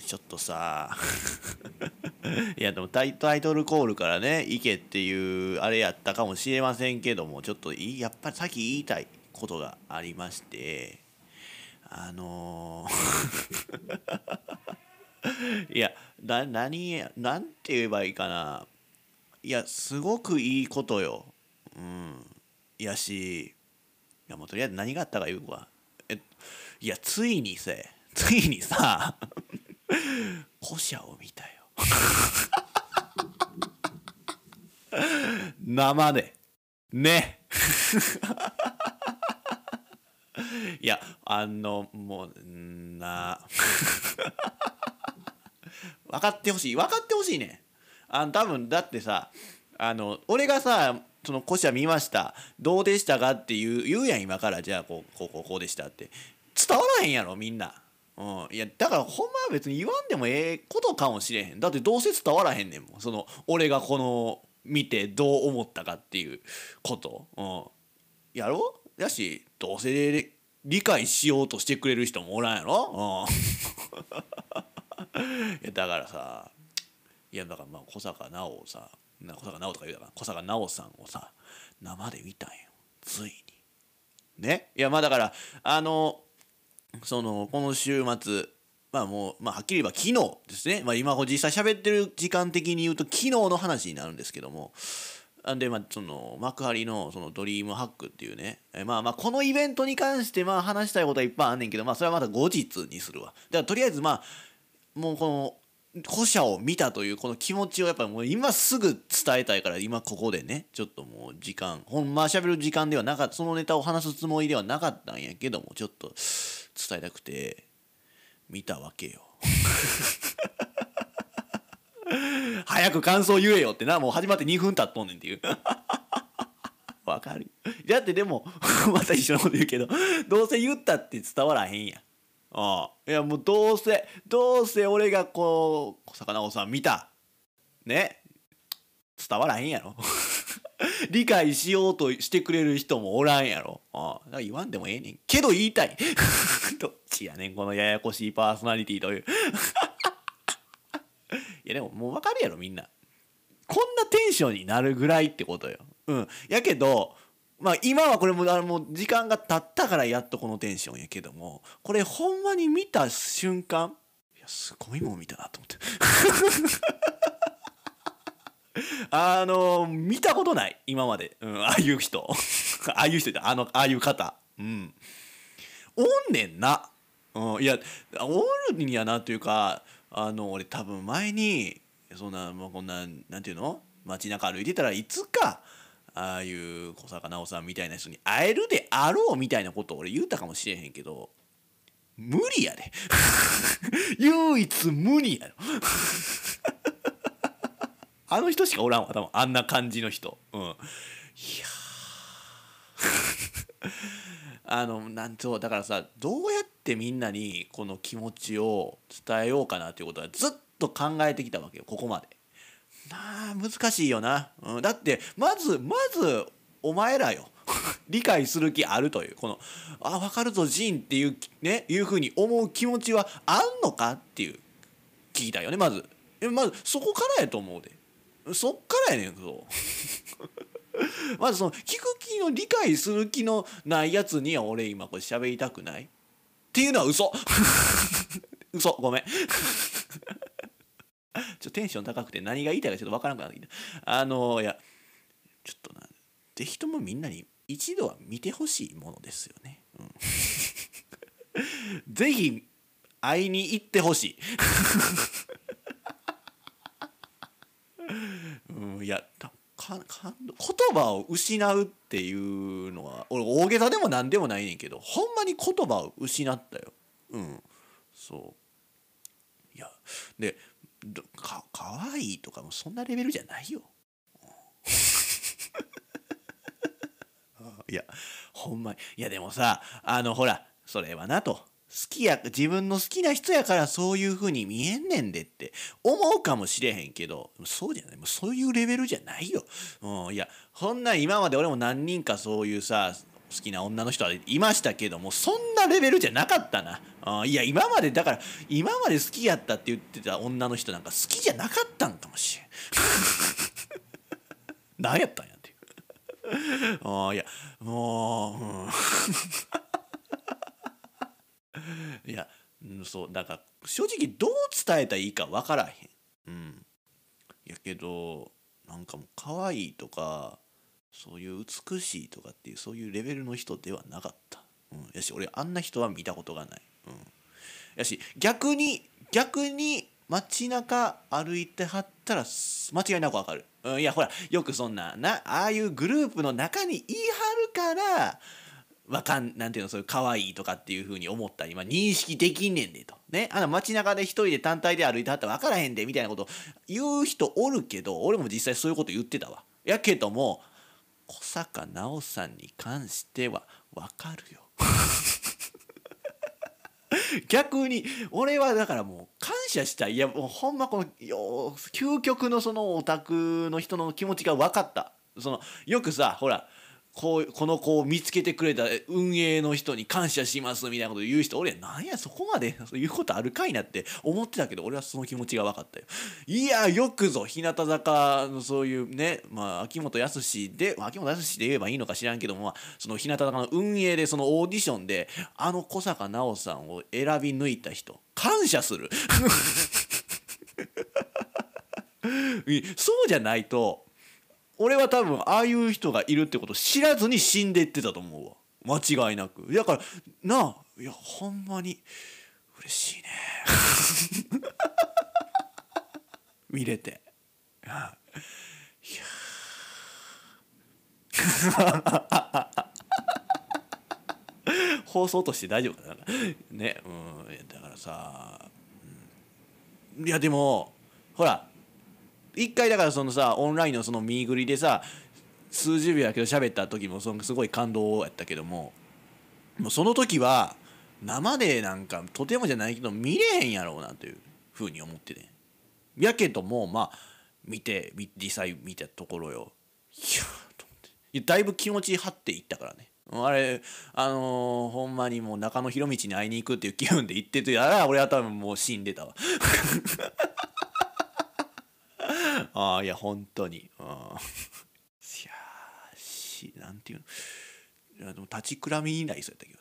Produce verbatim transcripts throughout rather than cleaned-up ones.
ちょっとさいやでもタイ、タイトルコールからね行けっていうあれやったかもしれませんけども、ちょっといやっぱり先言いたいことがありまして、あのーいやな何なんて言えばいいかな。いやすごくいいことよ。うんいやし、いやもうとりあえず何があったか言うわ。えいやついにせついにさ古社を見たよ生でねいやあのもうんな分かってほしい分かってほしいね。あの多分だってさ、あの俺がさその古社見ましたどうでしたかって言う言うやん今から。じゃあこうこうこうこうでしたって伝わらへんやろみんな。うん、いやだからほんまは別に言わんでもええことかもしれへん。だってどうせ伝わらへんねんもん、その俺がこの見てどう思ったかっていうこと、うん、やろやしどうせ理解しようとしてくれる人もおらんやろ、うん、いやだからさ、いやだからまあ小坂直をさな小坂直とか言うたから小坂直さんをさ生で見たんよついにね。いやまあだからあのそのこの週末まあもう、まあ、はっきり言えば昨日ですね、まあ、今実際喋ってる時間的に言うと昨日の話になるんですけども、んでまあその幕張のそのドリームハックっていうね、えまあまあこのイベントに関してまあ話したいことはいっぱいあんねんけど、まあそれはまた後日にするわ。だからとりあえずまあもうこの古社を見たというこの気持ちをやっぱりもう今すぐ伝えたいから、今ここでねちょっともう時間ほんま喋る時間ではなかった、そのネタを話すつもりではなかったんやけどもちょっと伝えたくて見たわけよ早く感想言えよってな、もう始まってにふん経っとんねんっていうわかる。だってでもまた一緒のこと言うけどどうせ言ったって伝わらへんやん。ああいやもうどうせどうせ俺がこう小坂直さん見たね伝わらへんやろ理解しようとしてくれる人もおらんやろ。ああだから言わんでもええねんけど言いたいどっちやねんこのややこしいパーソナリティといういやでももう分かるやろみんな、こんなテンションになるぐらいってことよ。うんやけどまあ今はこれもあのもう時間が経ったからやっとこのテンションやけども、これほんまに見た瞬間いやすごいもん見たなと思ってあの見たことない今まで、うん、ああいう人ああいう人ってあのああいう方うんおんねんな、うん、いやおるんやなというか、あの俺多分前にそんなもうこんななんていうの街中歩いてたらいつかああいう小坂直さんみたいな人に会えるであろうみたいなことを俺言うたかもしれへんけど無理やで唯一無理やろあの人しかおらんわ多分あんな感じの人。うんいやあのなんとだからさどうやってみんなにこの気持ちを伝えようかなっていうことはずっと考えてきたわけよここまで。なあ難しいよな、うん、だってまずまずお前らよ理解する気あるというこのあ分かるぞジンっていうねいうふうに思う気持ちはあんのかっていう聞きたいよねまず。えまずそこからやと思うで。そっからやねんそうまずその聞く気の理解する気のないやつには俺今これ喋りたくないっていうのは嘘嘘ごめんちょテンション高くて何が言いたいかちょっとわからなくなってきた。あのいやちょっとなぜひともみんなに一度は見てほしいものですよね、うん、ぜひ会いに行ってほしいうん、いやかか言葉を失うっていうのは俺大げさでも何でもないねんけどほんまに言葉を失ったよ。うんそういやでかかわいいとかもそんなレベルじゃないよいやほんまにいやでもさあのほらそれはなと好きや自分の好きな人やからそういう風に見えんねんでって思うかもしれへんけどそうじゃないもうそういうレベルじゃないよ。うん、いやそんな今まで俺も何人かそういうさ好きな女の人はいましたけどもそんなレベルじゃなかったな。 あいや今までだから今まで好きやったって言ってた女の人なんか好きじゃなかったんかもしれん何やったんやっていうあいやもう、うん、いや、うん、そうだから正直どう伝えたらいいか分からへん、うん、やけどなんかもう可愛いとかそういう美しいとかっていうそういうレベルの人ではなかった、うん、やし俺あんな人は見たことがない、うん、やし逆に逆に街中歩いてはったら間違いなくわかる、うん、いやほらよくそんななああいうグループの中に言い張るからわかんなんていうのそういう可愛いとかっていう風に思った今認識できんねんでとねあの街中で一人で単体で歩いてはったら分からへんでみたいなこと言う人おるけど俺も実際そういうこと言ってたわやけども小坂直さんに関しては分かるよ逆に俺はだからもう感謝したいいやもうほんまこのよ究極のそのオタクの人の気持ちが分かったそのよくさほらこうこの子を見つけてくれた運営の人に感謝しますみたいなこと言う人俺なんやそこまでそういうことあるかいなって思ってたけど俺はその気持ちが分かったよいやよくぞ日向坂のそういうねまあ秋元康で、まあ、秋元康で言えばいいのか知らんけども、まあ、その日向坂の運営でそのオーディションであの小坂直さんを選び抜いた人感謝するそうじゃないと俺は多分ああいう人がいるってことを知らずに死んでいってたと思うわ間違いなくだからなあいやほんまに嬉しいね見れていや放送として大丈夫かなねうんだからさ、うん、いやでもほら一回だからそのさオンラインのその見ぐりでさ数十秒やけど喋った時もそのすごい感動やったけどももうその時は生でなんかとてもじゃないけど見れへんやろうなというふうに思ってねやけどもまあ見て実際見たところよいやと思っていやだいぶ気持ち張っていったからねあれあのー、ほんまにもう中野博道に会いに行くっていう気分で行っててやら俺は多分もう死んでたわああいや本当にあいやしなんていうのいやでも立ちくらみになりそうやったけ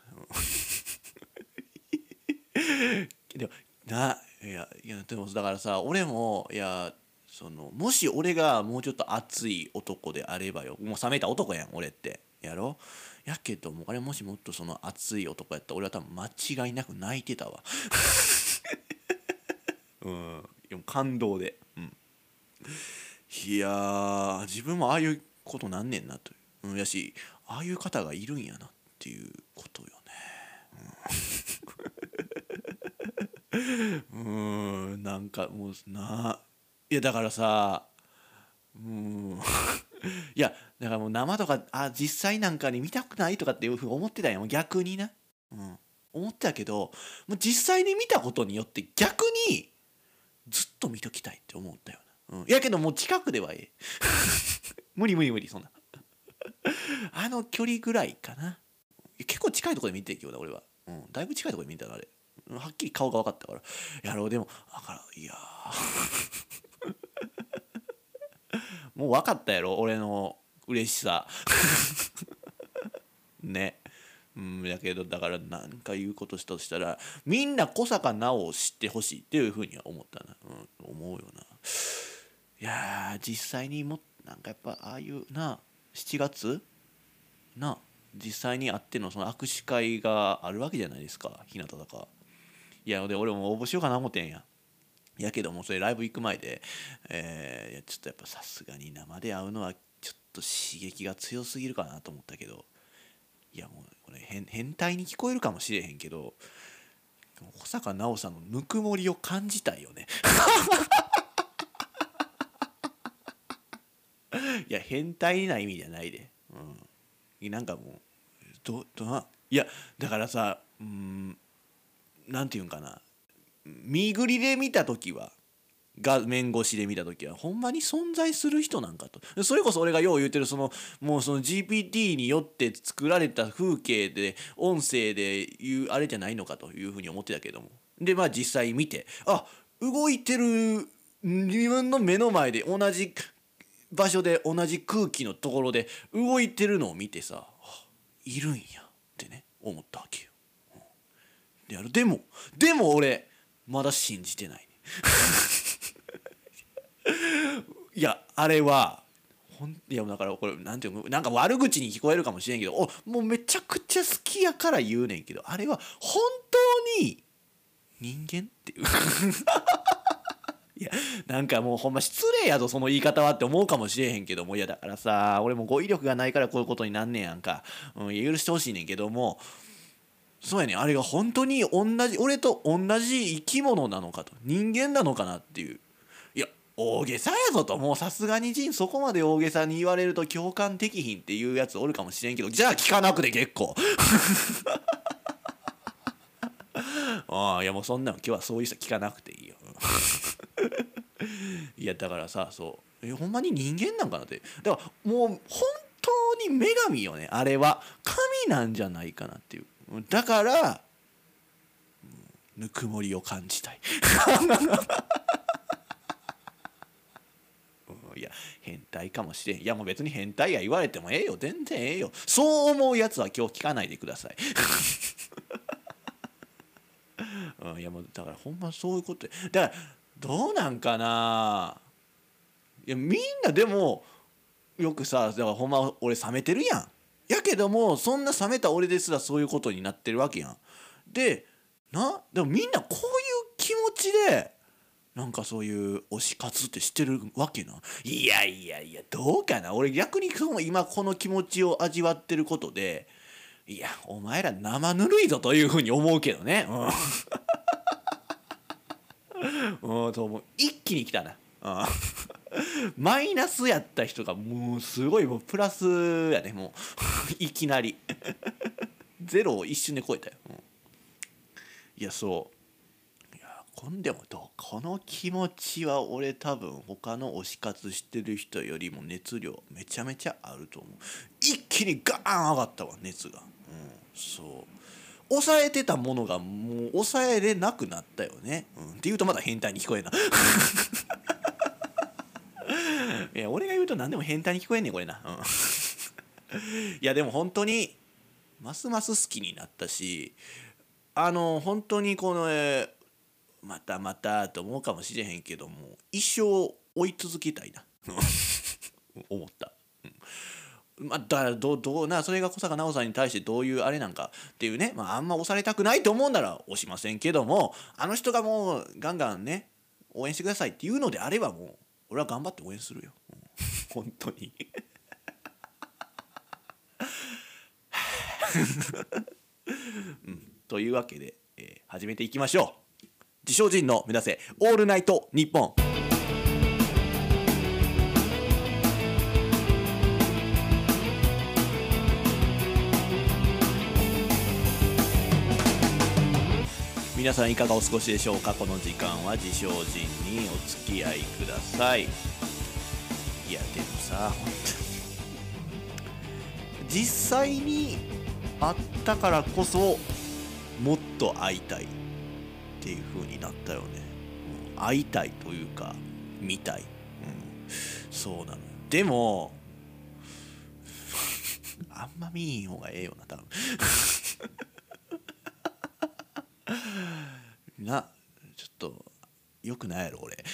ど、でもないやいやでもだからさ俺もいやそのもし俺がもうちょっと熱い男であればよもう冷めた男やん俺ってやろやけどもあれもしもっとその熱い男やったら俺は多分間違いなく泣いてたわうん感動でうんいやー自分もああいうことなんねんなという、うん、やしああいう方がいるんやなっていうことよねうん、うんなんかもうないやだからさうんいやだからもう生とかあ実際なんかに見たくないとかっていうふうに思ってたんやも逆にな、うん、思ってたけどもう実際に見たことによって逆にずっと見ときたいって思ったよな、うん、やけどもう近くではええ無理無理無理そんなあの距離ぐらいかな結構近いところで見てるけど俺は、うん、だいぶ近いところで見たらあれはっきり顔が分かったからやろうでもだからいやもう分かったやろ俺の嬉しさねうんやけどだから何か言うことしたとしたらみんな小坂直を知ってほしいっていうふうには思ったな、うん、思うよないや実際にもなんかやっぱああいうなしちがつな実際に会ってのその握手会があるわけじゃないですか日向坂いやで俺も応募しようかな思ってんややけどもそれライブ行く前で、えー、いやちょっとやっぱさすがに生で会うのはちょっと刺激が強すぎるかなと思ったけどいやもうこれ変変態に聞こえるかもしれへんけど保坂直さんのぬくもりを感じたいよねいや変態な意味じゃないで、うん、なんかもうどどないやだからさうんなんていうんかな見ぐりで見た時は画面越しで見た時はほんまに存在する人なんかと。それこそ俺がよう言うてるそのもうその ジーピーティー によって作られた風景で音声で言うあれじゃないのかというふうに思ってたけども、でまあ実際見て、あ動いてる、自分の目の前で同じ場所で同じ空気のところで動いてるのを見てさ、いるんやってね思ったわけよ。でやるでもでも俺まだ信じてないねいやあれはほんいやだからこれなんていうの、なんか悪口に聞こえるかもしれんけど、おもうめちゃくちゃ好きやから言うねんけど、あれは本当に人間っていういやなんかもうほんま失礼やぞその言い方はって思うかもしれへんけども、いやだからさ俺も語彙力がないからこういうことになんねんやんか、うん、許してほしいねんけども、そうやねん、あれが本当に同じ俺と同じ生き物なのかと、人間なのかなっていう、いや大げさやぞと、もうさすがにジンそこまで大げさに言われると共感できひんっていうやつおるかもしれんけど、じゃあ聞かなくて結構ああいやもうそんなの今日はそういう人聞かなくていいよいやだからさ、そうえほんまに人間なんかなって、だからもう本当に女神よね、あれは神なんじゃないかなっていう、だからぬくもりを感じたいいや変態かもしれん、いやもう別に変態や言われてもええよ、全然ええよ、そう思うやつは今日聞かないでくださいうん、いやもうだからほんまそういうことだから、どうなんかな、いやみんなでもよくさ、だからほんま俺冷めてるやん、やけどもそんな冷めた俺ですらそういうことになってるわけやん。でなでもみんなこういう気持ちでなんかそういう推し活ってしてるわけな。いやいやいやどうかな、俺逆にその今この気持ちを味わってることで、いやお前ら生ぬるいぞというふうに思うけどね、うん、うん、と思う、一気に来たな、うんマイナスやった人がもうすごいもうプラスやね、もういきなりゼロを一瞬で超えたよ、うん、いやそういやこんでもどうこの気持ちは俺多分他の推し活してる人よりも熱量めちゃめちゃあると思う。一気にガーン上がったわ熱が、うん、そう抑えてたものがもう抑えれなくなったよね、うん、っていうとまだ変態に聞こえんないや俺が言うと何でも変態に聞こえんねんこれな、うん、いやでも本当にますます好きになったし、あの本当にこの、えーまたまたと思うかもしれへんけども一生追い続けたいな思った、うん、まあだどうどうなそれが小坂奈緒さんに対してどういうあれなんかっていうね、まあ、あんま押されたくないと思うなら押しませんけども、あの人がもうガンガンね応援してくださいっていうのであればもう俺は頑張って応援するよ、うん、本当にうん、というわけで、えー始めていきましょう。自称人の目指せオールナイトニッポン。皆さんいかがお過ごしでしょうか。この時間は自称人にお付き合いください。いやでもさ本当に実際に会ったからこそもっと会いたいっていう風になったよね、うん、会いたいというか見たい、うん、そうなのよ。でもあんま見ん方がええよな多分なちょっとよくないやろ俺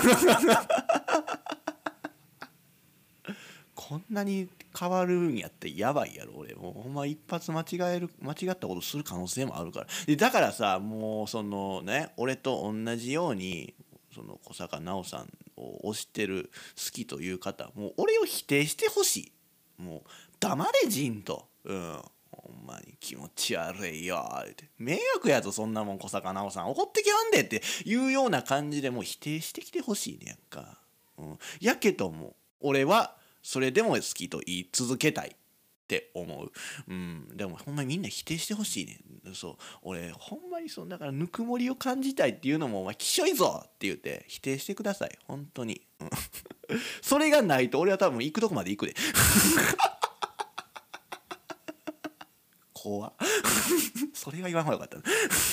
こんなに変わるんやってやばいやろ俺、もうほんま一発間違える間違ったことする可能性もあるから。でだからさもうそのね俺と同じようにその小坂奈緒さんを推してる好きという方もう俺を否定してほしい。もう黙れじんと、うんほんまに気持ち悪いよって迷惑やぞそんなもん小坂奈緒さん怒ってきはんでっていうような感じでもう否定してきてほしいねやんか、うん、やけども俺はそれでも好きと言い続けたい。 って思う。うん、でもほんまにみんな否定してほしいね。そう俺ほんまにそうだからぬくもりを感じたいっていうのも「お前きしょいぞ!」って言って否定してください本当に、うん、それがないと俺は多分行くとこまで行くで怖っそれが言わん方がよか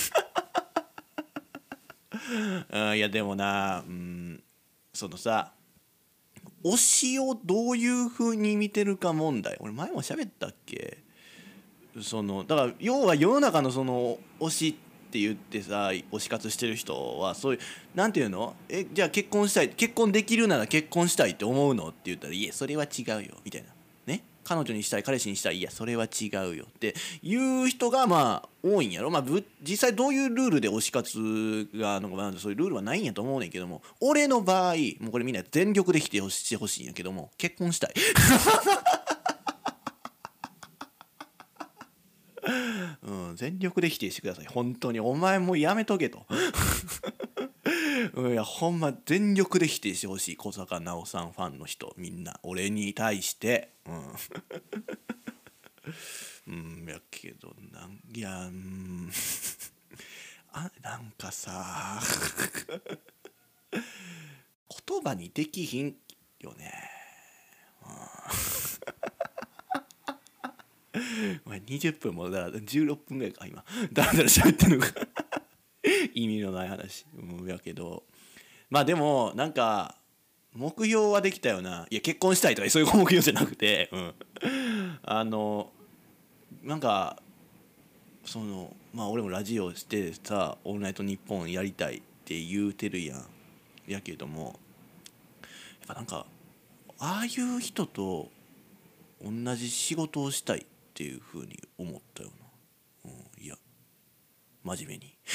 ったなうん、いやでもな、うん、そのさ推しをどういう風に見てるか問題、俺前も喋ったっけ。そのだから要は世の中のその推しって言ってさ推し活してる人はそういうなんていうのえじゃあ結婚したい結婚できるなら結婚したいって思うのって言ったらいやそれは違うよみたいなね、彼女にしたい彼氏にしたいいやそれは違うよっていう人がまあ多いんやろ。まあぶ実際どういうルールで推し活がなんかまあそういうルールはないんやと思うねんけども、俺の場合もうこれみんな全力で否定をしてほしいんやけども結婚したいうん、全力で否定してください本当に。お前もうやめとけとうん、いやほんま全力で否定してほしい小坂直さんファンの人みんな俺に対してうん、うん、やけどなんいやうんあなんかさ言葉にできひんよね、お前にじゅっぷんもだからじゅうろっぷんぐらいか今だらだら喋ってんのか意味のない話、うん、やけどまあでもなんか目標はできたよな。いや結婚したいとかそういう目標じゃなくて、うん、あのなんかそのまあ俺もラジオしてさ「オールナイトニッポン」やりたいって言うてるやん。やけどもやっぱなんかああいう人と同じ仕事をしたいっていうふうに思ったよな、うん、いや真面目に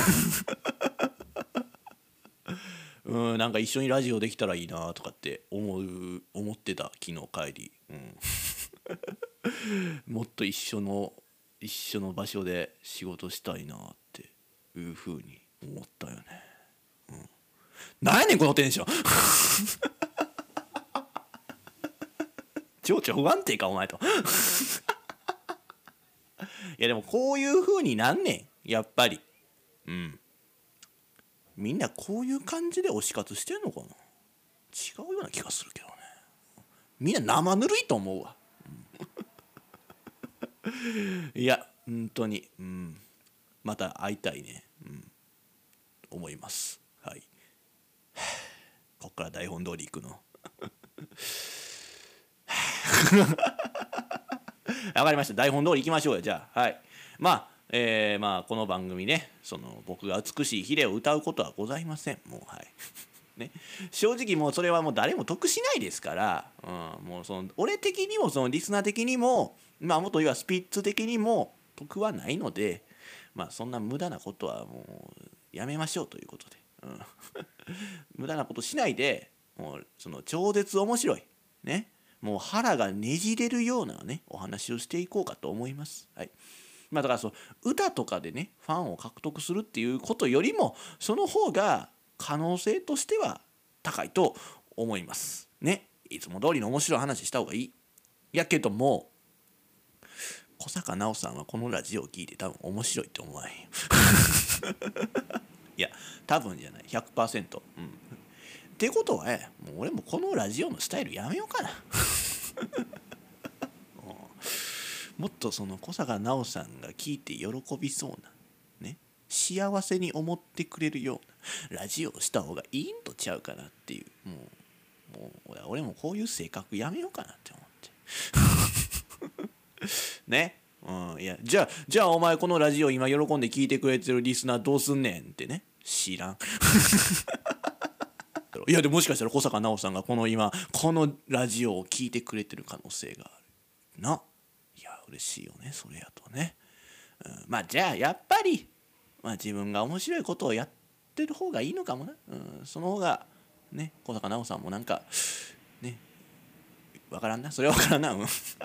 うん、なんか一緒にラジオできたらいいなとかって思う思ってた昨日帰り、うん、もっと一緒の一緒の場所で仕事したいなっていうふうに思ったよね、うん、なんやねんこのテンション情緒不安定かお前といやでもこういうふうになんねんやっぱり、うんみんなこういう感じで推し活してんのかな。違うような気がするけどね。みんな生ぬるいと思うわ、うん、いや本当に、うん、また会いたいね、うん、思います。はいこっから台本通り行くのわかりました。台本通り行きましょうよじゃあ。はいまあえー、まあこの番組ねその僕が美しいヒレを歌うことはございませんもうはいね、正直もうそれはもう誰も得しないですから、うん、もうその俺的にもそのリスナー的にもまあもっと言えばスピッツ的にも得はないのでまあそんな無駄なことはもうやめましょうということで、うん、無駄なことしないでもうその超絶面白いねもう腹がねじれるようなねお話をしていこうかと思います。はいまあ、だからそう歌とかでねファンを獲得するっていうことよりもその方が可能性としては高いと思いますね。いつも通りの面白い話した方がいい。やけども小坂直さんはこのラジオを聞いて多分面白いって思わへんいや多分じゃない ひゃくパーセント、うん、ってことはねもう俺もこのラジオのスタイルやめようかなもっとその小坂直さんが聞いて喜びそうなね幸せに思ってくれるようなラジオをした方がいいんとちゃうかなっていうもうもう俺もこういう性格やめようかなって思ってねうんいやじゃあじゃあお前このラジオ今喜んで聞いてくれてるリスナーどうすんねんってね知らんいやでももしかしたら小坂直さんがこの今このラジオを聞いてくれてる可能性があるないや嬉しいよねそれやとね、うん、まあじゃあやっぱり、まあ、自分が面白いことをやってる方がいいのかもな、うん、その方がね小坂直さんもなんかね分からんなそれは分からんな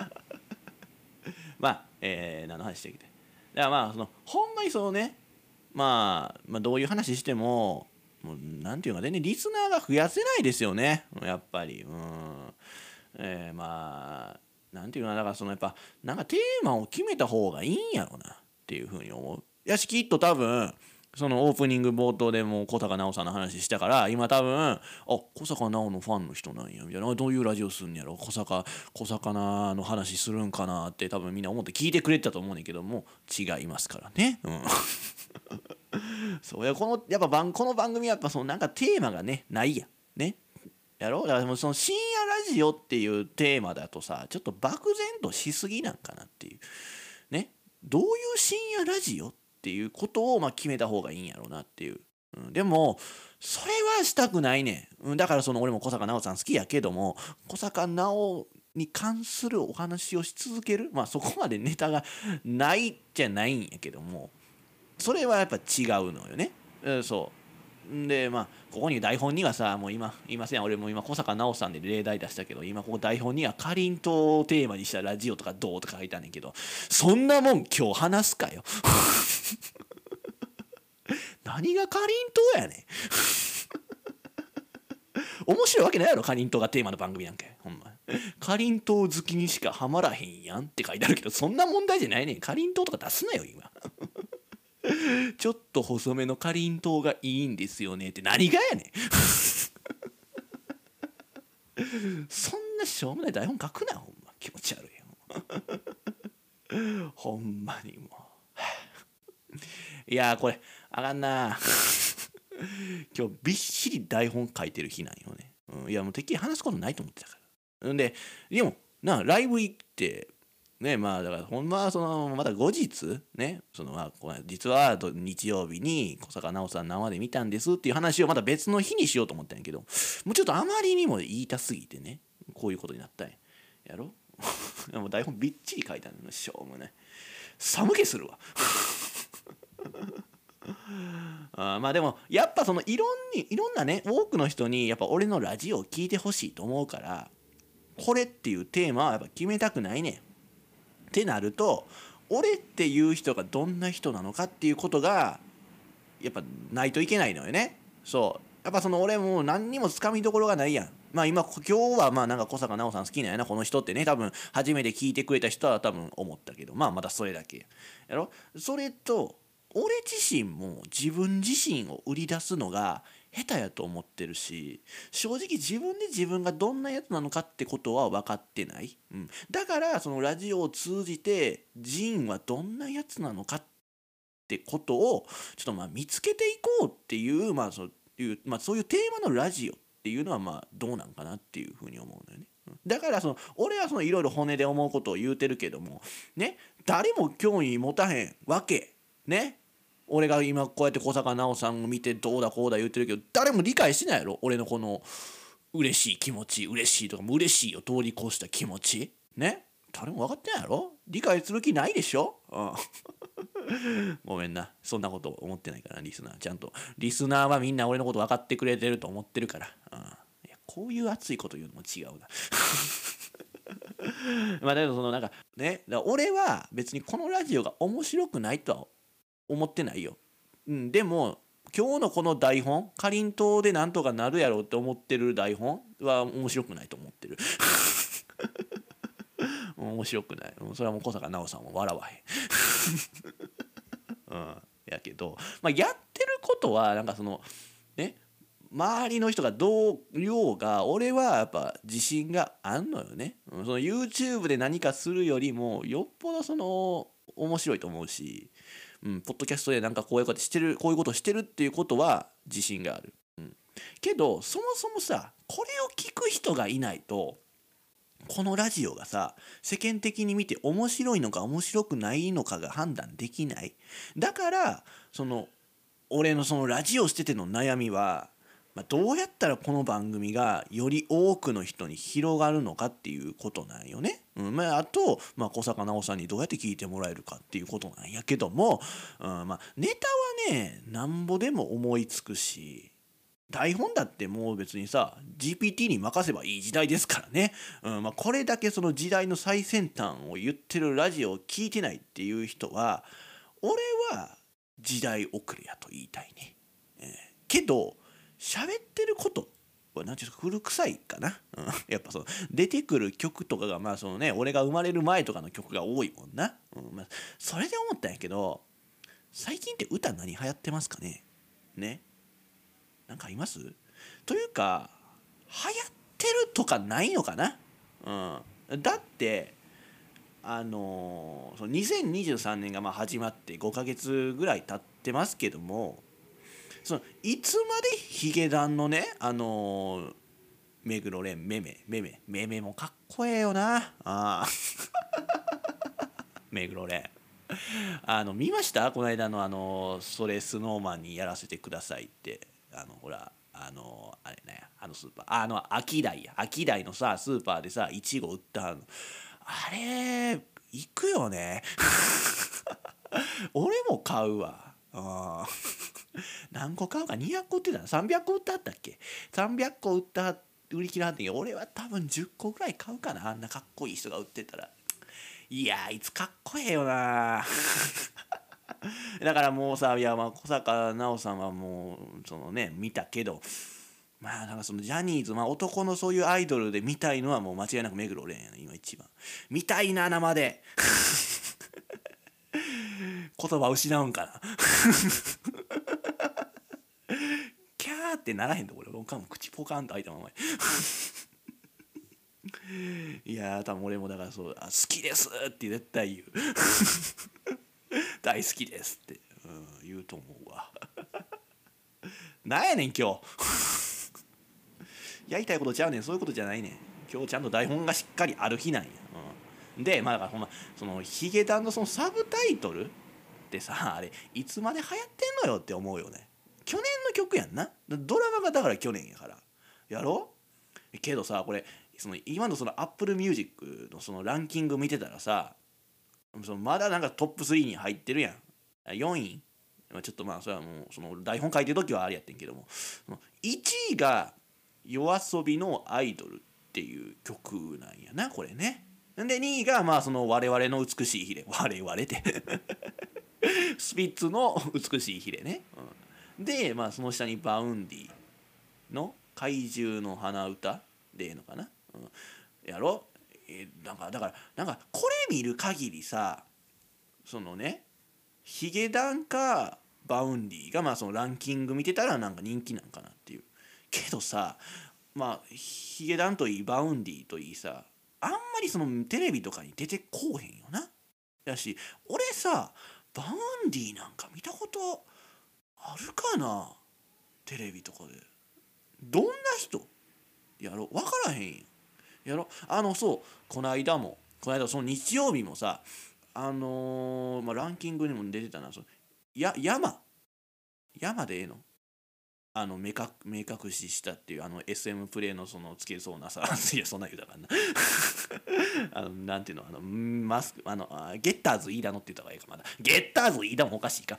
まあ、えー、何の話してきてだからまあそのほんまにそのね、まあ、まあどういう話してももうなんていうか全然リスナーが増やせないですよねやっぱりうん、えー、まあなんていうのだからそのやっぱなんかテーマを決めた方がいいんやろなっていうふうに思う。やしきっと多分そのオープニング冒頭でもう小坂直さんの話したから今多分あ小坂直のファンの人なんやみたいなどういうラジオするんやろ小坂小魚の話するんかなって多分みんな思って聞いてくれてたと思うねんけども違いますからね。うんそうやこのやっぱ番この番組はやっぱそのなんかテーマがねないやんねやろだからもうその深夜ラジオっていうテーマだとさちょっと漠然としすぎなんかなっていうねどういう深夜ラジオっていうことをまあ決めた方がいいんやろうなっていう、うん、でもそれはしたくないねん、うん、だからその俺も小坂直さん好きやけども小坂直に関するお話をし続けるまあそこまでネタがないじゃないんやけどもそれはやっぱ違うのよね、うん、そうんでまあここに台本にはさもう今言いません俺も今小坂直さんで例題出したけど今ここ台本にはかりんとうをテーマにしたラジオとかどうとか書いてあんねんけどそんなもん今日話すかよ何がかりんとうやねん面白いわけないやろかりんとうがテーマの番組なんかほんまかりんとう好きにしかハマらへんやんって書いてあるけどそんな問題じゃないねんかりんとうとか出すなよ今ちょっと細めのかりんとうがいいんですよねって何がやねんそんなしょうもない台本書くなほんま気持ち悪いよほんまにもういやこれあかんな今日びっしり台本書いてる日なんよね、うん、いやもうてっきり話すことないと思ってたからんででもなライブ行ってねまあだからほんまはそのまた後日ねそのまあこれ実は日曜日に小坂直さん生で見たんですっていう話をまた別の日にしようと思ったんやけどもうちょっとあまりにも言いたすぎてねこういうことになったんややろもう台本びっちり書いてあるのしょうもない寒気するわあまあでもやっぱそのいろんにいろんなね多くの人にやっぱ俺のラジオを聞いてほしいと思うからこれっていうテーマはやっぱ決めたくないねんってなると俺っていう人がどんな人なのかっていうことがやっぱないといけないのよね。そうやっぱその俺も何にもつかみどころがないやん。まあ今今日はまあなんか小坂直さん好きなんやなこの人ってね多分初めて聞いてくれた人は多分思ったけどまあまだそれだけやろ。それと俺自身も自分自身を売り出すのが下手やと思ってるし正直自分で自分がどんなやつなのかってことは分かってない、うん、だからそのラジオを通じてジンはどんなやつなのかってことをちょっとまあ見つけていこうっていう、まあそういう、まあ、そういうテーマのラジオっていうのはまあどうなんかなっていうふうに思うのよね。だからその俺はそのいろいろ骨で思うことを言うてるけどもね誰も興味持たへんわけね俺が今こうやって小坂直さんを見てどうだこうだ言ってるけど誰も理解しないやろ俺のこの嬉しい気持ち嬉しいとかも嬉しいを通り越した気持ちね誰も分かってないやろ理解する気ないでしょ、うん、ごめんなそんなこと思ってないからリスナーちゃんとリスナーはみんな俺のこと分かってくれてると思ってるから、うん、いやこういう熱いこと言うのも違うなまあだけどそのなんかねだから俺は別にこのラジオが面白くないとは思ってないよ、うん、でも今日のこの台本かりんとうでなんとかなるやろうって思ってる台本は面白くないと思ってる面白くないそれはもう小坂直さんも笑わへん、うん、やけど、まあ、やってることはなんかそのね周りの人がどう言おうが俺はやっぱ自信があんのよね。その YouTube で何かするよりもよっぽどその面白いと思うし、うん、ポッドキャストでなんかこういうことしてるこういうことしてるっていうことは自信がある、うん、けどそもそもさこれを聞く人がいないとこのラジオがさ世間的に見て面白いのか面白くないのかが判断できない。だからその俺のそのラジオしてての悩みは、まあ、どうやったらこの番組がより多くの人に広がるのかっていうことなんよね。うんまあ、あと、まあ、小坂直さんにどうやって聞いてもらえるかっていうことなんやけども、うんまあ、ネタはねなんぼでも思いつくし台本だってもう別にさ ジーピーティー に任せばいい時代ですからね、うんまあ、これだけその時代の最先端を言ってるラジオを聞いてないっていう人は俺は時代遅れやと言いたいね、えー、けど喋ってることなんていうか古臭いかな、うん、やっぱその出てくる曲とかがまあそのね俺が生まれる前とかの曲が多いもんな、うんまあ、それで思ったんやけど最近って歌何流行ってますかね。ね、なんかありますというか流行ってるとかないのかな、うん、だってあのーそのにせんにじゅうさんねんがまあ始まってごかげつぐらい経ってますけどもそのいつまでヒゲダンのねあのー目黒蓮めめめめめめもかっこええよなあ目黒蓮あの見ましたこの間のあのそれスノーマンにやらせてくださいってあのほらあのあれねあのスーパーあのアキダイやアキダイのさスーパーでさいちご売ったのあれ行くよね俺も買うわあ何個買うかにひゃっこ売ってたのさんびゃっこ売ってはったっけさんびゃっこ売った売り切らはってんけど俺は多分じゅっこぐらい買うかなあんなかっこいい人が売ってたらいやあいつかっこええよなだからもうさいやまあ小坂奈緒さんはもうそのね見たけどまあなんかそのジャニーズ、まあ、男のそういうアイドルで見たいのはもう間違いなく目黒蓮やね今一番見たいな生で言葉失うんかなキャーってならへんとこれ俺も口ポカンと開いたままいやー多分俺もだからそうあ好きですって絶対言う大好きですって、うん、言うと思うわなんやねん今日やりたいことちゃうねんそういうことじゃないねん今日ちゃんと台本がしっかりある日なんや、うん、でまあだからほんまそのヒゲダンのそのサブタイトルってさあれいつまで流行ってんのよって思うよね去年の曲やんなドラマがだから去年やからやろけどさこれその今のそのアップルミュージックのそのランキング見てたらさそのまだなんかトップスリーに入ってるやんよんいちょっとまあそれはもうその台本書いてる時はあれやってんけどもいちいが YOASOBI の「アイドル」っていう曲なんやなこれねでにいがまあその我々の美しいヒレ我々ってスピッツの美しいヒレね、うん、でまあその下にバウンディの怪獣の花歌でええのかな、うん、やろえなんかだからなんかこれ見る限りさそのねヒゲダンかバウンディがまあそのランキング見てたらなんか人気なんかなっていうけどさまあヒゲダンといいバウンディといいさあんまりそのテレビとかに出てこうへんよなやし俺さバウンディなんか見たことあるかなテレビとかでどんな人やろ分からへんやろあのそうこの間もこの間その日曜日もさあのーまあ、ランキングにも出てたなそのや山山でええのあの目か目隠ししたっていうあの エスエム プレイのそのつけそうなさいやそんな言うたからなあのなんていうのあのマスクあのあゲッターズ飯田のって言った方がいいかまだゲッターズ飯田もおかしいか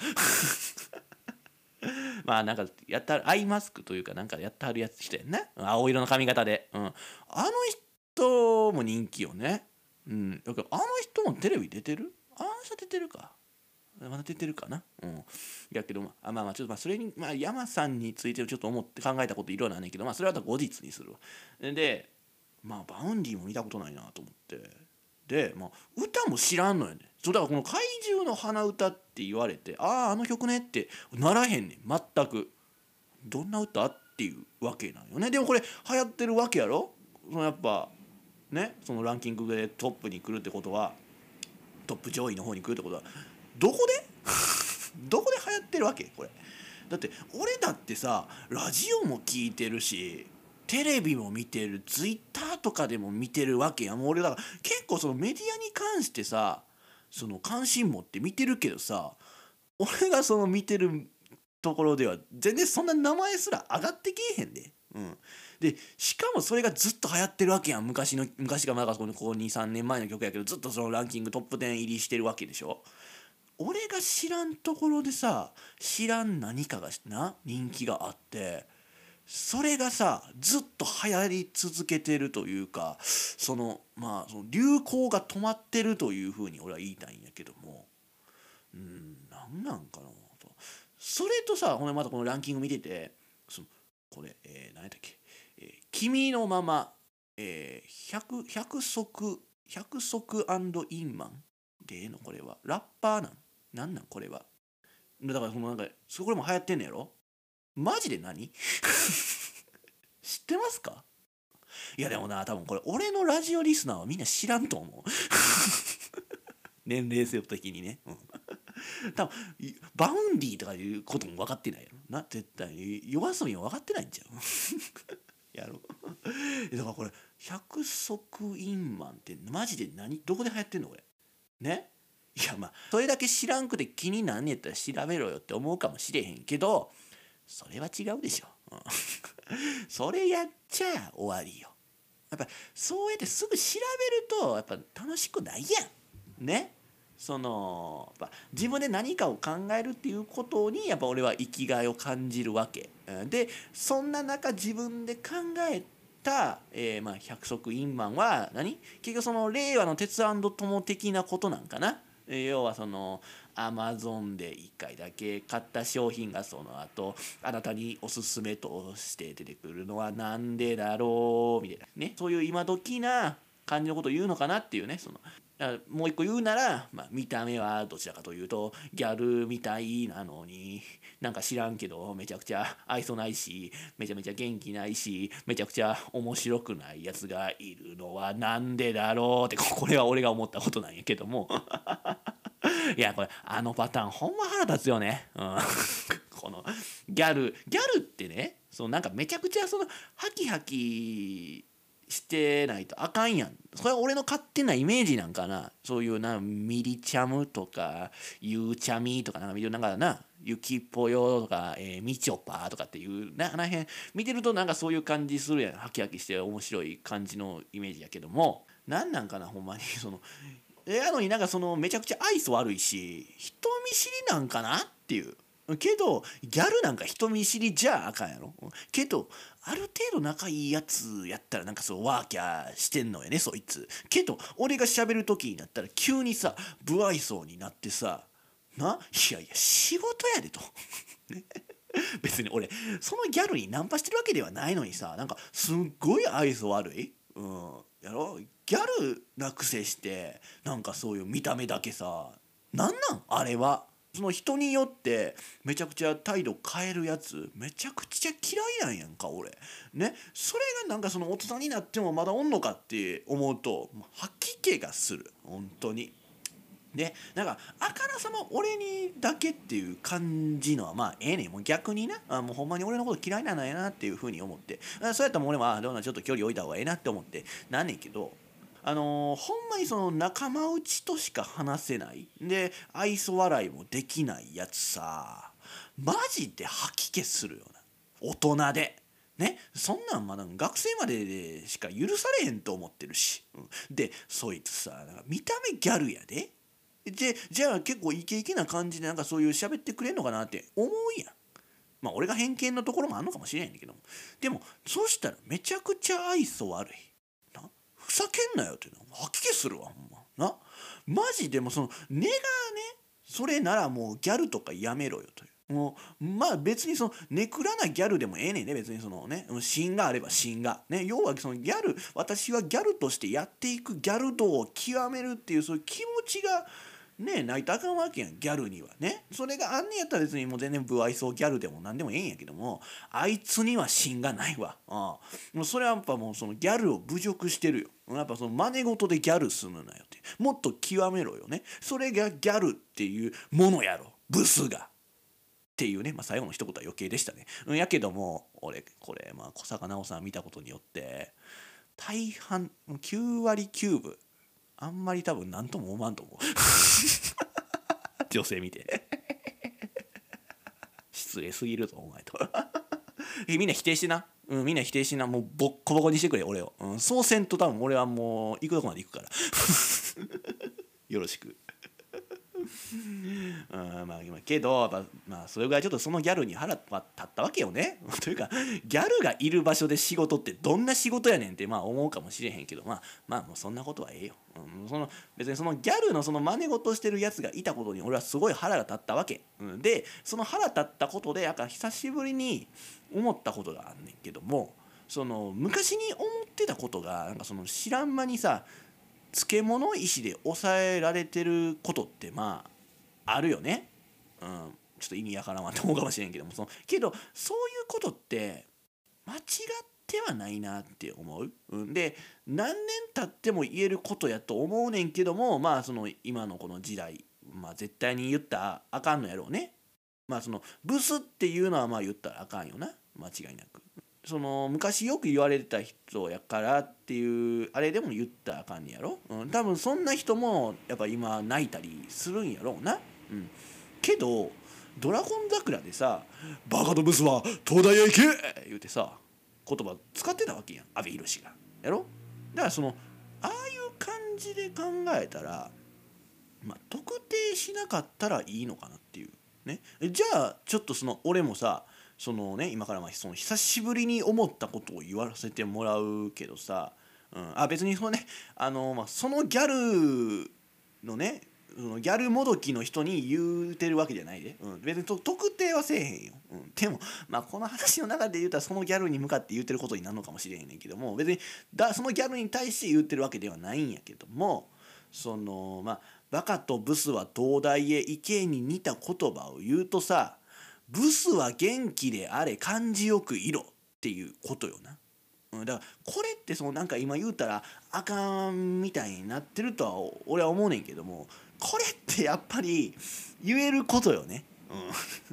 まあなんかやったアイマスクというかなんかやってはるやつ人やんな青色の髪型で、うん、あの人も人気よねうんだけどあの人もテレビ出てるあの人出てるかまだ出てるかなうんやけどまあまあまあちょっとまあそれにまあ山さんについてちょっと思って考えたこといろいろあんねんけどまあそれは後日にするわでまあバウンディも見たことないなと思ってでまあ歌も知らんのよねそうだからこの怪獣の花歌って言われてあああの曲ねってならへんねん全くどんな歌っていうわけなんよねでもこれ流行ってるわけやろそのやっぱねそのランキングでトップに来るってことはトップ上位の方に来るってことはどこでどこで流行ってるわけこれだって俺だってさラジオも聞いてるしテレビも見てるツイッターとかでも見てるわけやもう俺だから結構そのメディアに関してさその関心持って見てるけどさ俺がその見てるところでは全然そんな名前すら上がってけえへんで、うん、でしかもそれがずっと流行ってるわけやん昔の昔がまだここにさんねんまえの曲やけどずっとそのランキングトップじゅう入りしてるわけでしょ俺が知らんところでさ知らん何かがな人気があってそれがさずっと流行り続けてるというかそのまあその流行が止まってるというふうに俺は言いたいんやけどもうんなんなんかなとそれとさほんでまたこのランキング見ててそのこれ、えー、何やったっけ、 えー君のまま、えー、100, 100足ひゃく足インマンでええのこれはラッパーなんなんなんこれは。だからそのなんかそこでも流行ってんのやろ。マジで何知ってますか。いやでもな多分これ俺のラジオリスナーはみんな知らんと思う年齢性的にね、うん、多分バウンディとかいうことも分かってないやろな絶対に。夜遊びも分かってないんちゃうやろだからこれひゃく足インマンってマジで何どこで流行ってんのこれね。いやまあそれだけ知らんくて気になんねやったら調べろよって思うかもしれへんけどそれは違うでしょ、うん、それやっちゃ終わりよ。やっぱそうやってすぐ調べるとやっぱ楽しくないやんね。そのやっぱ自分で何かを考えるっていうことにやっぱ俺は生きがいを感じるわけで、そんな中自分で考えた、えーまあ、百足インマンは何結局その令和の鉄友的なことなんかな。要はそのアマゾンでいっかいだけ買った商品がその後あなたにおすすめとして出てくるのはなんでだろうみたいなね、そういう今時な感じのことを言うのかなっていうね。そのもう一個言うなら、まあ、見た目はどちらかというとギャルみたいなのになんか知らんけどめちゃくちゃ愛想ないしめちゃめちゃ元気ないしめちゃくちゃ面白くないやつがいるのはなんでだろうってこれは俺が思ったことなんやけどもいやこれあのパターンほんま腹立つよね、うん、このギャルギャルってねそのなんかめちゃくちゃそのハキハキしてないとあかんやん。それは俺の勝手なイメージなんかな。そういうなミリチャムとかゆうちゃみとかなんか見てるなんかなゆきぽよとか、えー、みちょぱとかっていうなあの辺見てるとなんかそういう感じするやん。ハキハキして面白い感じのイメージやけどもなんなんかなほんまにそのやのになんかそのめちゃくちゃ愛想悪いし人見知りなんかなっていう。けどギャルなんか人見知りじゃあかんやろ。けどある程度仲いいやつやったらなんかそうワーキャーしてんのよねそいつ。けど俺が喋る時になったら急にさ不愛想になってさないやいや仕事やでとね別に俺そのギャルにナンパしてるわけではないのにさなんかすっごい愛想悪い、うん、やろギャルなくせしてなんかそういう見た目だけさなんなんあれは。その人によってめちゃくちゃ態度変えるやつめちゃくちゃ嫌いなんやんか俺ね。それがなんかその大人になってもまだおんのかって思うと吐き気がする本当に。でなんかあからさま俺にだけっていう感じのはまあええねん。もう逆になあもうほんまに俺のこと嫌いなんやなっていうふうに思ってあそうやったらもう俺もあどうなちょっと距離置いた方がええなって思ってなんねんけどあのー、ほんまにその仲間内としか話せないで愛想笑いもできないやつさマジで吐き気するよな大人でね。そんなんまだ学生まででしか許されへんと思ってるし、うん、でそいつさなんか見た目ギャルやででじゃあ結構イケイケな感じでなんかそういう喋ってくれんのかなって思うやん。まあ俺が偏見のところもあんのかもしれへんけどもでもそしたらめちゃくちゃ愛想悪いな。ふざけんなよって吐き気するわほんまな。マジでもその根がねそれならもうギャルとかやめろよという。もうまあ別にそのネクラなギャルでもええねんね別にそのね芯があれば芯がね要はそのギャル私はギャルとしてやっていくギャル道を極めるっていうそういう気持ちがねないとあかんわけやんギャルにはね。それがあんねやったら別にもう全然不愛想ギャルでも何でもええんやけどもあいつには芯がないわ。ああもうそれはやっぱもうそのギャルを侮辱してるよ。やっぱその真似事でギャルするなよってもっと極めろよね。それがギャルっていうものやろブスがっていうね、まあ、最後の一言は余計でしたね。うん、やけども俺これまあ小坂直さん見たことによって大半きゅうわりきゅうぶあんまり多分何とも思わんと思う女性見て失礼すぎるぞお前とみんな否定してな、うん、みんな否定してなもうボッコボコにしてくれ俺を、うん、そうせんと多分俺はもう行くとこまで行くからよろしくうんまあけど、まあ、まあそれぐらいちょっとそのギャルに腹立ったわけよねというかギャルがいる場所で仕事ってどんな仕事やねんってまあ思うかもしれへんけどまあまあもうそんなことはええよ、うん、その別にそのギャルのその真似事してるやつがいたことに俺はすごい腹が立ったわけ、うん、でその腹立ったことでなんか久しぶりに思ったことがあんねんけどもその昔に思ってたことがなんかその知らん間にさ漬物石で抑えられてることってまああるよね。うん、ちょっと意味わからんわと思うかもしれんけども、そのけどそういうことって間違ってはないなって思う。うん、で何年経っても言えることやと思うねんけども、まあその今のこの時代、まあ絶対に言ったらあかんのやろうね。まあそのブスっていうのはまあ言ったらあかんよな、間違いなく。その昔よく言われてた人やからっていうあれでも言ったらあかんねやろ、うん、多分そんな人もやっぱ今泣いたりするんやろうな、うん、けどドラゴン桜でさ「バカとブスは東大へ行け!」言うてさ言葉使ってたわけやん、阿部寛がやろ。だからそのああいう感じで考えたら、まあ、特定しなかったらいいのかなっていうね。じゃあちょっとその俺もさそのね今からまあその久しぶりに思ったことを言わせてもらうけどさ、うん、あ別にそのねあの、まあ、そのギャルのねそのギャルもどきの人に言うてるわけじゃないで、うん、別にと特定はせえへんよ、うん、でもまあこの話の中で言うたらそのギャルに向かって言ってることになるのかもしれへんねんけども、別にだそのギャルに対して言ってるわけではないんやけども、そのまあバカとブスは東大へ行けに似た言葉を言うとさ、ブスは元気であれ感じよくいろっていうことよな。うん、だからこれってそのなんか今言うたらあかんみたいになってるとは俺は思うねんけども、これってやっぱり言えることよね。うん、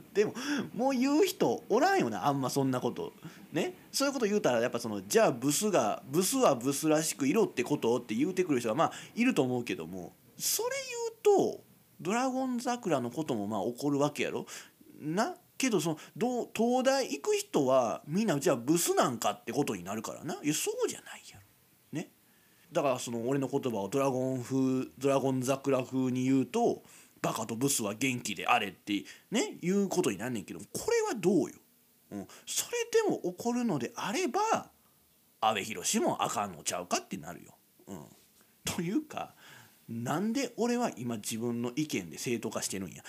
でももう言う人おらんよな、あんまそんなことね。そういうこと言うたらやっぱそのじゃあブスがブスはブスらしくいろってことって言うてくる人はまあいると思うけども、それ言うとドラゴン桜のこともまあ起こるわけやろな。けどそのどう東大行く人はみんなじゃあブスなんかってことになるからな。いやそうじゃないやろね。だからその俺の言葉をドラゴン風ドラゴン桜風に言うとバカとブスは元気であれってね言うことになんねんけど、これはどうよ、うん、それでも起こるのであれば阿部寛もあかんのちゃうかってなるよ、うん、というかなんで俺は今自分の意見で正当化してるんや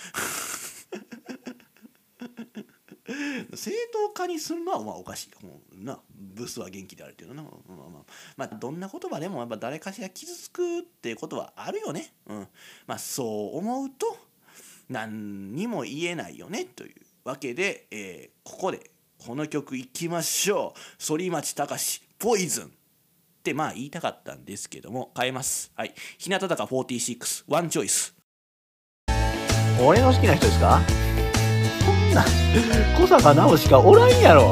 正当化にするのはまあおかしいもうな。ブスは元気であるっていうのはな、まあまあ、まあどんな言葉でもやっぱ誰かしら傷つくっていうことはあるよね、うん、まあそう思うと何にも言えないよねというわけで、えー、ここでこの曲いきましょう。反町隆史ポイズンってまあ言いたかったんですけども変えます。はい、日向坂フォーティーシックスワンチョイス。 俺の好きな人ですか？そんな小坂直しかおらんやろ。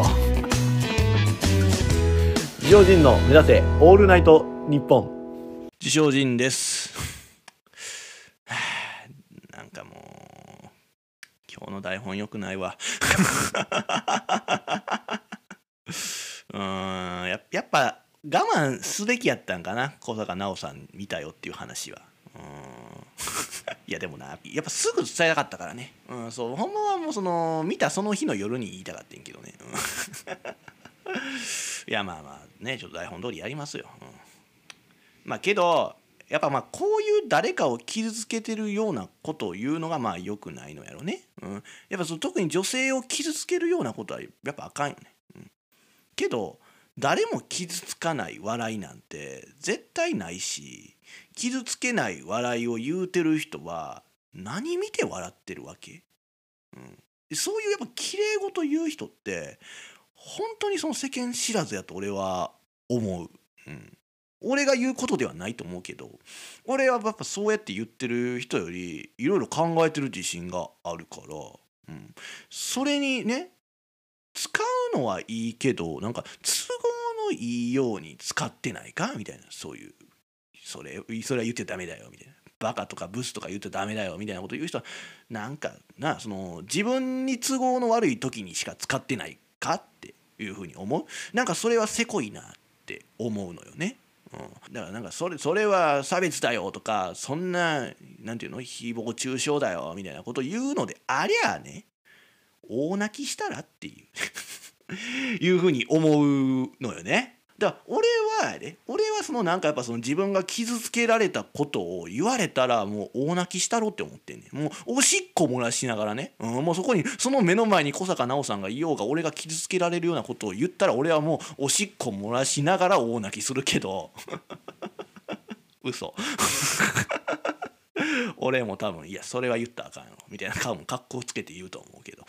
自称人の目指せオールナイトニッポン。 自称人ですなんかもう今日の台本良くないわうーん や, やっぱ我慢すべきやったんかな、小坂直さん見たよっていう話は。うーんいやでもなやっぱすぐ伝えたかったからね、うん、そうほんまはもうその見たその日の夜に言いたかったんけどね、うん、いやまあまあねちょっと台本通りやりますよ、うん、まあけどやっぱまあこういう誰かを傷つけてるようなことを言うのがまあ良くないのやろね、うん、やっぱその特に女性を傷つけるようなことはやっぱあかんよね、うん、けど誰も傷つかない笑いなんて絶対ないし、傷つけない笑いを言うてる人は何見て笑ってるわけ、うん、そういうやっぱ綺麗事言う人って本当にその世間知らずやと俺は思う、うん、俺が言うことではないと思うけど、俺はやっぱそうやって言ってる人よりいろいろ考えてる自信があるから、うん、それにね使うのはいいけどなんか都合のいいように使ってないかみたいな、そういうそれそれは言ってダメだよみたいな、バカとかブスとか言ってダメだよみたいなこと言う人はなんかなその自分に都合の悪い時にしか使ってないかっていうふうに思う。なんかそれはせこいなって思うのよね、うん、だからなんかそれそれは差別だよとかそんななんていうの誹謗中傷だよみたいなこと言うのでありゃあね大泣きしたらっていういうふうに思うのよね。 だから俺はやで俺はそのなんかやっぱその自分が傷つけられたことを言われたらもう大泣きしたろって思ってんねん。もうおしっこ漏らしながらね、うん、もうそこにその目の前に小坂直さんがいようが俺が傷つけられるようなことを言ったら俺はもうおしっこ漏らしながら大泣きするけど嘘俺も多分いやそれは言ったらあかんよみたいな顔も格好つけて言うと思うけど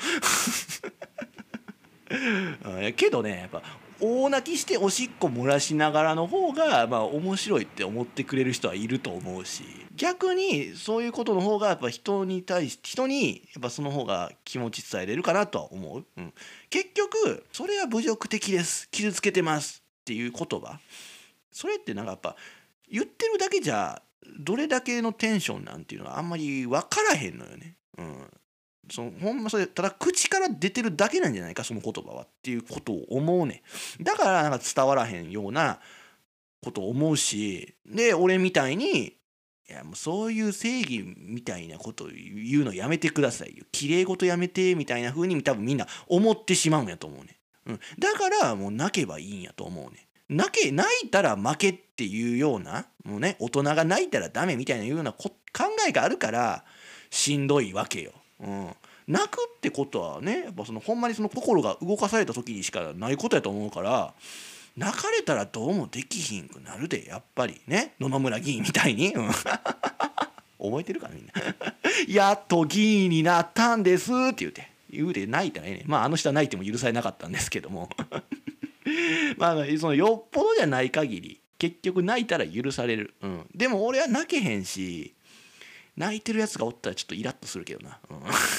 けどねやっぱ大泣きしておしっこ漏らしながらの方がまあ面白いって思ってくれる人はいると思うし、逆にそういうことの方がやっぱ人に対して人にやっぱその方が気持ち伝えれるかなとは思う、うん、結局それは侮辱的です傷つけてますっていう言葉、それってなんかやっぱ言ってるだけじゃどれだけのテンションなんていうのはあんまり分からへんのよね、うん、そのほんまそれただ口から出てるだけなんじゃないかその言葉はっていうことを思うね。だからなんか伝わらへんようなことを思うし、で俺みたいにいやもうそういう正義みたいなことを言うのやめてくださいよ綺麗事やめてみたいな風に多分みんな思ってしまうんやと思うね、うん、だからもう泣けばいいんやと思うね。泣け泣いたら負けっていうようなもうね大人が泣いたらダメみたいなようなこ考えがあるからしんどいわけよ、うん、泣くってことはねやっぱそのほんまにその心が動かされた時にしかないことやと思うから泣かれたらどうもできひんくなるでやっぱりね野々村議員みたいに、うん、覚えてるかなみんなやっと議員になったんですって言うて言うて泣いたらええねん。まああの人は泣いても許されなかったんですけどもまあそのよっぽどじゃない限り結局泣いたら許される、うん、でも俺は泣けへんし泣いてるやつがおったらちょっとイラッとするけどな、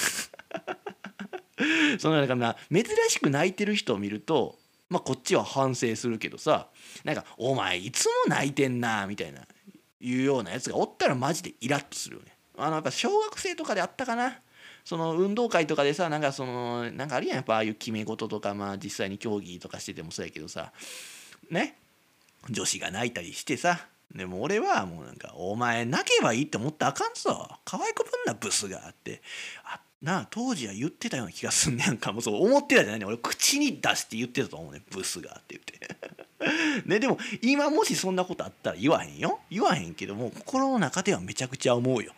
うん、そのなんかまあ珍しく泣いてる人を見るとまあこっちは反省するけどさなんかお前いつも泣いてんなみたいないうようなやつがおったらマジでイラッとするよね。あのやっぱ小学生とかであったかなその運動会とかでさなんかそのなんかあるやんやっぱああいう決め事とかまあ実際に競技とかしててもそうやけどさね女子が泣いたりしてさでも俺はもうなんかお前泣けばいいって思ったらあかんぞ可愛くぶんなブスがあってあなあ当時は言ってたような気がすんねんかもうそう思ってたじゃないね俺口に出して言ってたと思うねブスがって言ってねでも今もしそんなことあったら言わへんよ言わへんけども心の中ではめちゃくちゃ思うよ、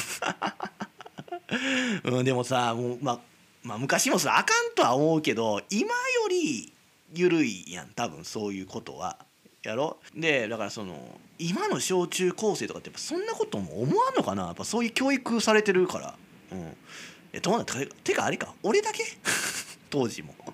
うんうん、でもさもう、まあ、まあ昔もさあかんとは思うけど今より緩いやん多分そういうことはやろでだからその今の小中高生とかってやっぱそんなことも思わんのかなやっぱそういう教育されてるから、うん、えどうなんててかあれか俺だけ当時も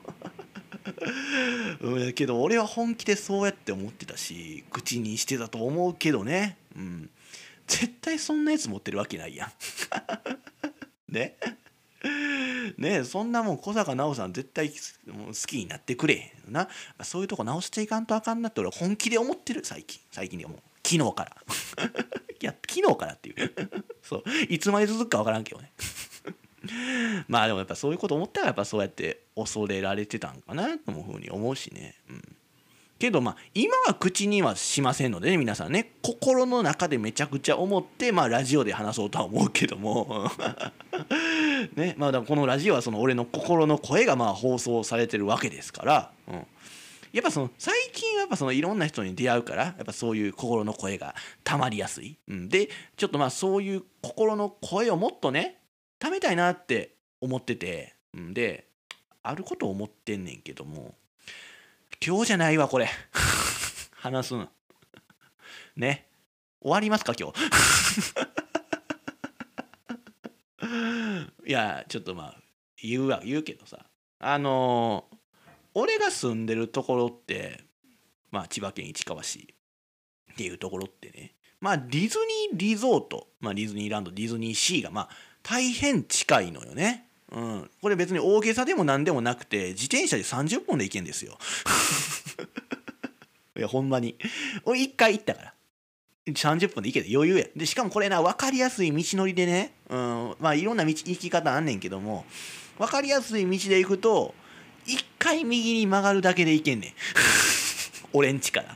うん、けど俺は本気でそうやって思ってたし口にしてたと思うけどね、うん、絶対そんなやつ持ってるわけないやんねねそんなもん小坂直さん絶対もう好きになってくれへんなそういうとこ直していかんとあかんなって俺は本気で思ってる最近最近でもう昨日からいや昨日からっていうそういつまで続くか分からんけどねまあでもやっぱそういうこと思ったらやっぱそうやって恐れられてたんかなというふうに思うしね、うん、けどまあ今は口にはしませんのでね皆さんね心の中でめちゃくちゃ思ってまあラジオで話そうとは思うけどもねまあだからこのラジオはその俺の心の声がまあ放送されてるわけですから、うん、やっぱその最近はやっぱそのいろんな人に出会うからやっぱそういう心の声がたまりやすい、うん、でちょっとまあそういう心の声をもっとねためたいなって思ってて、うん、であることを思ってんねんけども今日じゃないわこれ話すのね終わりますか今日いやちょっとまあ言うは言うけどさあのー、俺が住んでるところってまあ千葉県市川市っていうところってねまあディズニーリゾート、まあ、ディズニーランドディズニーシーがまあ大変近いのよね、うん、これ別に大げさでも何でもなくて自転車でさんじゅっぷんで行けんですよいやほんまに俺いっかい行ったからさんじゅっぷんで行けて余裕やでしかもこれな分かりやすい道のりでね、うん、まあいろんな道行き方あんねんけども分かりやすい道で行くといっかい右に曲がるだけで行けんねん俺んちから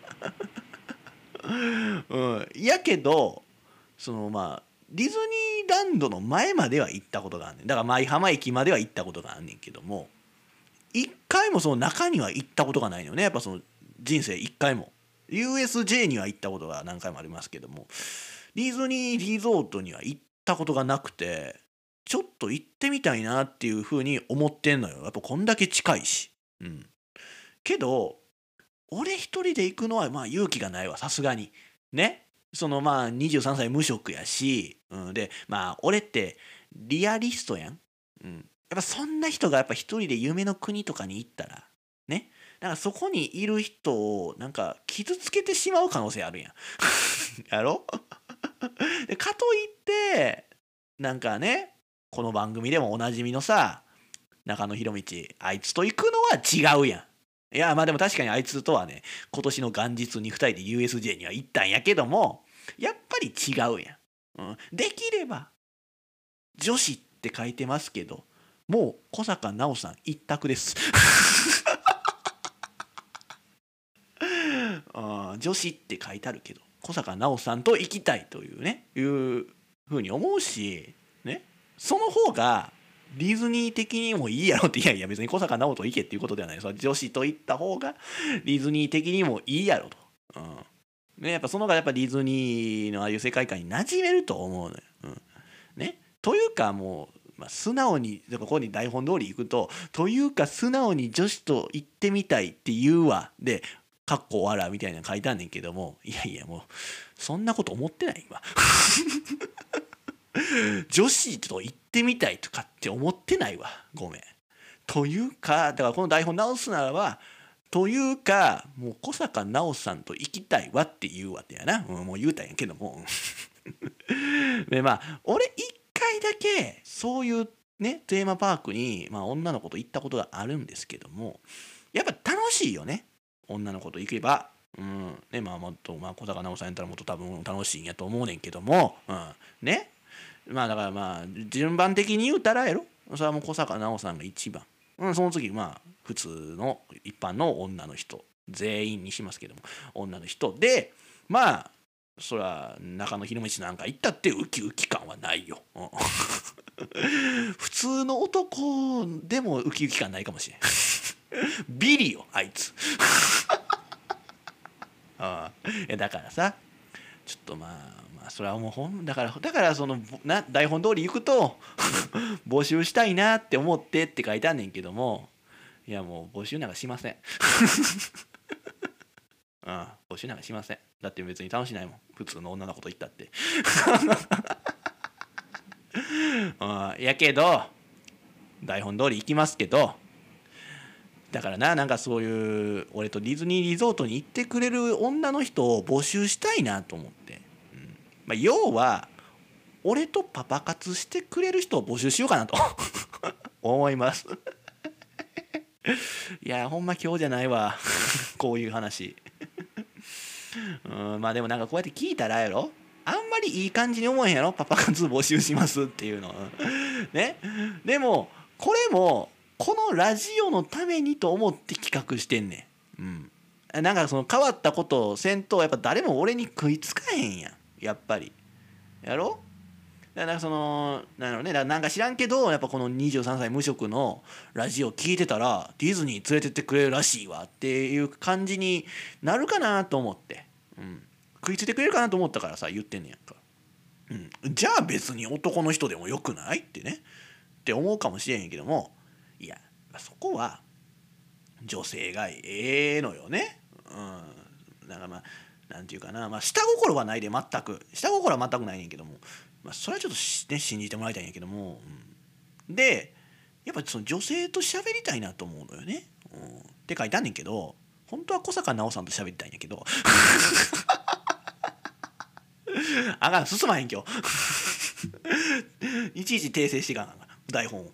うん、やけどそのまあディズニーランドの前までは行ったことがあんねんだから舞浜駅までは行ったことがあんねんけども一回もその中には行ったことがないのよねやっぱその人生いっかいも ユーエスジェー には行ったことが何回もありますけども、ディズニーリゾートには行ったことがなくて、ちょっと行ってみたいなっていうふうに思ってんのよ。やっぱこんだけ近いし。うん。けど俺一人で行くのはまあ勇気がないわ、さすがに。ね。そのまあにじゅうさんさい無職やし、うん、でまあ俺ってリアリストやん。うん。やっぱそんな人がやっぱ一人で夢の国とかに行ったらね、だからそこにいる人をなんか傷つけてしまう可能性あるやん。やろでかといってなんかね、この番組でもおなじみのさ中野博道、あいつと行くのは違うやん。いやまあでも確かにあいつとはね今年の元日にふたりで ユーエスジェー には行ったんやけども、やっぱり違うやん、うん、できれば女子って書いてますけどもう小坂奈緒さん一択です。あ女子って書いてあるけど小坂奈緒さんと行きたいというねいうふうに思うしね、その方がディズニー的にもいいやろって。いやいや別に小坂直人行けっていうことではない。その女子と行った方がディズニー的にもいいやろと、うんね、やっぱその方がやっぱディズニーのああいう世界観に馴染めると思うのよ、うんね、というかもう、まあ、素直にここに台本通り行くとというか素直に女子と行ってみたいって言うわでかっこ笑うみたいなの書いてあんねんけども、いやいやもうそんなこと思ってない今。女子と行ってみたいとかって思ってないわ、ごめん。というかだからこの台本直すならばというかもう小坂奈緒さんと行きたいわって言うわってやな、うん、もう言うたんやけども。でまあ俺一回だけそういうねテーマパークに、まあ、女の子と行ったことがあるんですけども、やっぱ楽しいよね女の子と行けば。うんね、まあもっと、まあ、小坂奈緒さんやったらもっと多分楽しいんやと思うねんけども、うん、ねまあだからまあ順番的に言うたらやろ、それはもう小坂奈緒さんが一番、うん、その次まあ普通の一般の女の人全員にしますけども女の人で、まあそりゃ中野博道なんか行ったってウキウキ感はないよ。普通の男でもウキウキ感ないかもしれん。ビリよあいつ。ああだからさちょっとまあまあそれはもうほんだからだからそのな台本通り行くと募集したいなって思ってって書いてあんねんけども、いやもう募集なんかしません。ああ募集なんかしません。だって別に楽しないもん普通の女の子と行ったって。ああやけど台本通り行きますけど、だからななんかそういう俺とディズニーリゾートに行ってくれる女の人を募集したいなと思って、うんまあ、要は俺とパパ活してくれる人を募集しようかなと思います。いやほんま今日じゃないわこういう話。うんまあでもなんかこうやって聞いたらやろあんまりいい感じに思えへんやろパパ活募集しますっていうのね。でもこれもこのラジオのためにと思って企画してんねん。うん。なんかその変わったことをせんとやっぱ誰も俺に食いつかへんやん。やっぱり。やろ？だからそのなんやろね、なんか知らんけどやっぱこのにじゅうさんさい無職のラジオ聞いてたらディズニー連れてってくれるらしいわっていう感じになるかなと思って、うん、食いついてくれるかなと思ったからさ言ってんねやんか。うん、じゃあ別に男の人でもよくないってねって思うかもしれへんけども、いやそこは女性がええのよね。うん、だからまあなんていうかな、まあ下心はないで全く下心は全くないねんけども、まあそれはちょっとね信じてもらいたいんやけども、うん、でやっぱその女性と喋りたいなと思うのよね。うん、って書いてあんねんけど本当は小坂奈緒さんと喋りたいんやけど。あかん進まへん今日。いちいち訂正していかなあかん台本を。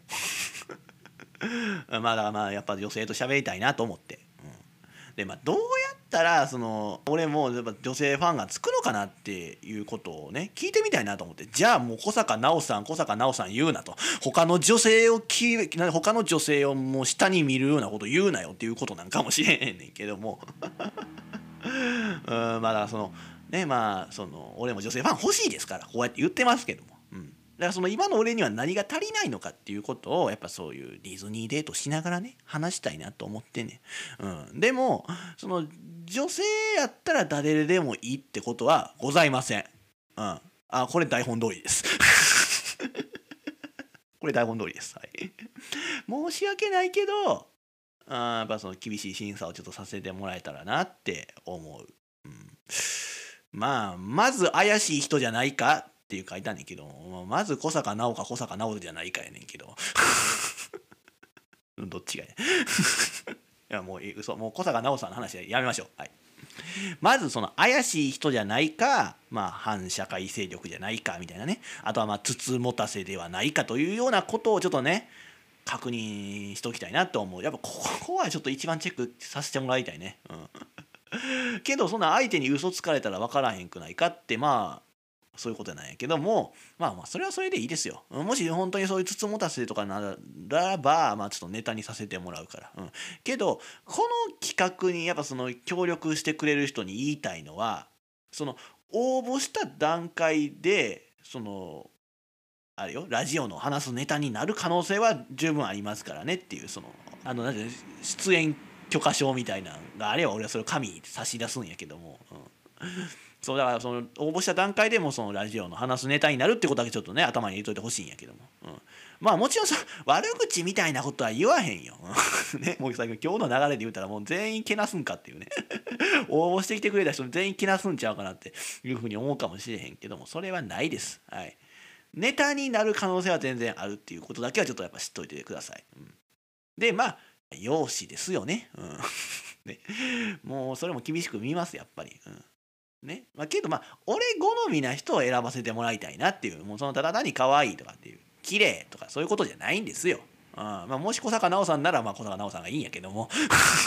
まあだからまあやっぱ女性と喋りたいなと思って、うん、でまあどうやったらその俺もやっぱ女性ファンがつくのかなっていうことをね聞いてみたいなと思って、じゃあもう小坂奈緒さん小坂奈緒さん言うなと、他の女性をき他の女性をもう下に見るようなこと言うなよっていうことなんかもしれへんねんけども。うんまあだからそのねまあその俺も女性ファン欲しいですからこうやって言ってますけども、うんからその今の俺には何が足りないのかっていうことをやっぱそういうディズニーデートしながらね話したいなと思ってね、うん、でもその女性やったら誰でもいいってことはございません、うん、あこれ台本通りですこれ台本通りです、はい、申し訳ないけどあやっぱその厳しい審査をちょっとさせてもらえたらなって思う、うん、まあまず怪しい人じゃないかっていう書いたんねんけど、まず小坂直か小坂直じゃないかやねんけどどっちがやいやもう嘘もう小坂直さんの話はやめましょう、はい、まずその怪しい人じゃないか、まあ、反社会勢力じゃないかみたいなね、あとはまあつつもたせではないかというようなことをちょっとね確認しておきたいなと思う。やっぱここはちょっと一番チェックさせてもらいたいね、うん、けどそんな相手に嘘つかれたら分からへんくないかってまあそういうことなんやけども、まあまあそれはそれでいいですよ。もし本当にそういうつつもたせとかならばまあちょっとネタにさせてもらうから、うん、けどこの企画にやっぱその協力してくれる人に言いたいのはその応募した段階でそのあれよラジオの話すネタになる可能性は十分ありますからねっていうそのあのなんて出演許可証みたいなのがあれば俺はそれを紙に差し出すんやけども、うん、そうだからその応募した段階でもそのラジオの話すネタになるってことだけちょっとね頭に入れといてほしいんやけども、うん、まあもちろんさ悪口みたいなことは言わへんよ、ね、もう最後今日の流れで言うたらもう全員けなすんかっていうね応募してきてくれた人全員けなすんちゃうかなっていうふうに思うかもしれへんけどもそれはないです、はい、ネタになる可能性は全然あるっていうことだけはちょっとやっぱ知っといてください、うん、でまあ容姿ですよね、うんね、もうそれも厳しく見ますやっぱり、うんねまあ、けどまあ俺好みな人を選ばせてもらいたいなっていうもうそのただ単に可愛いとかっていう綺麗とかそういうことじゃないんですよ、うんまあ、もし小坂直さんならまあ小坂直さんがいいんやけども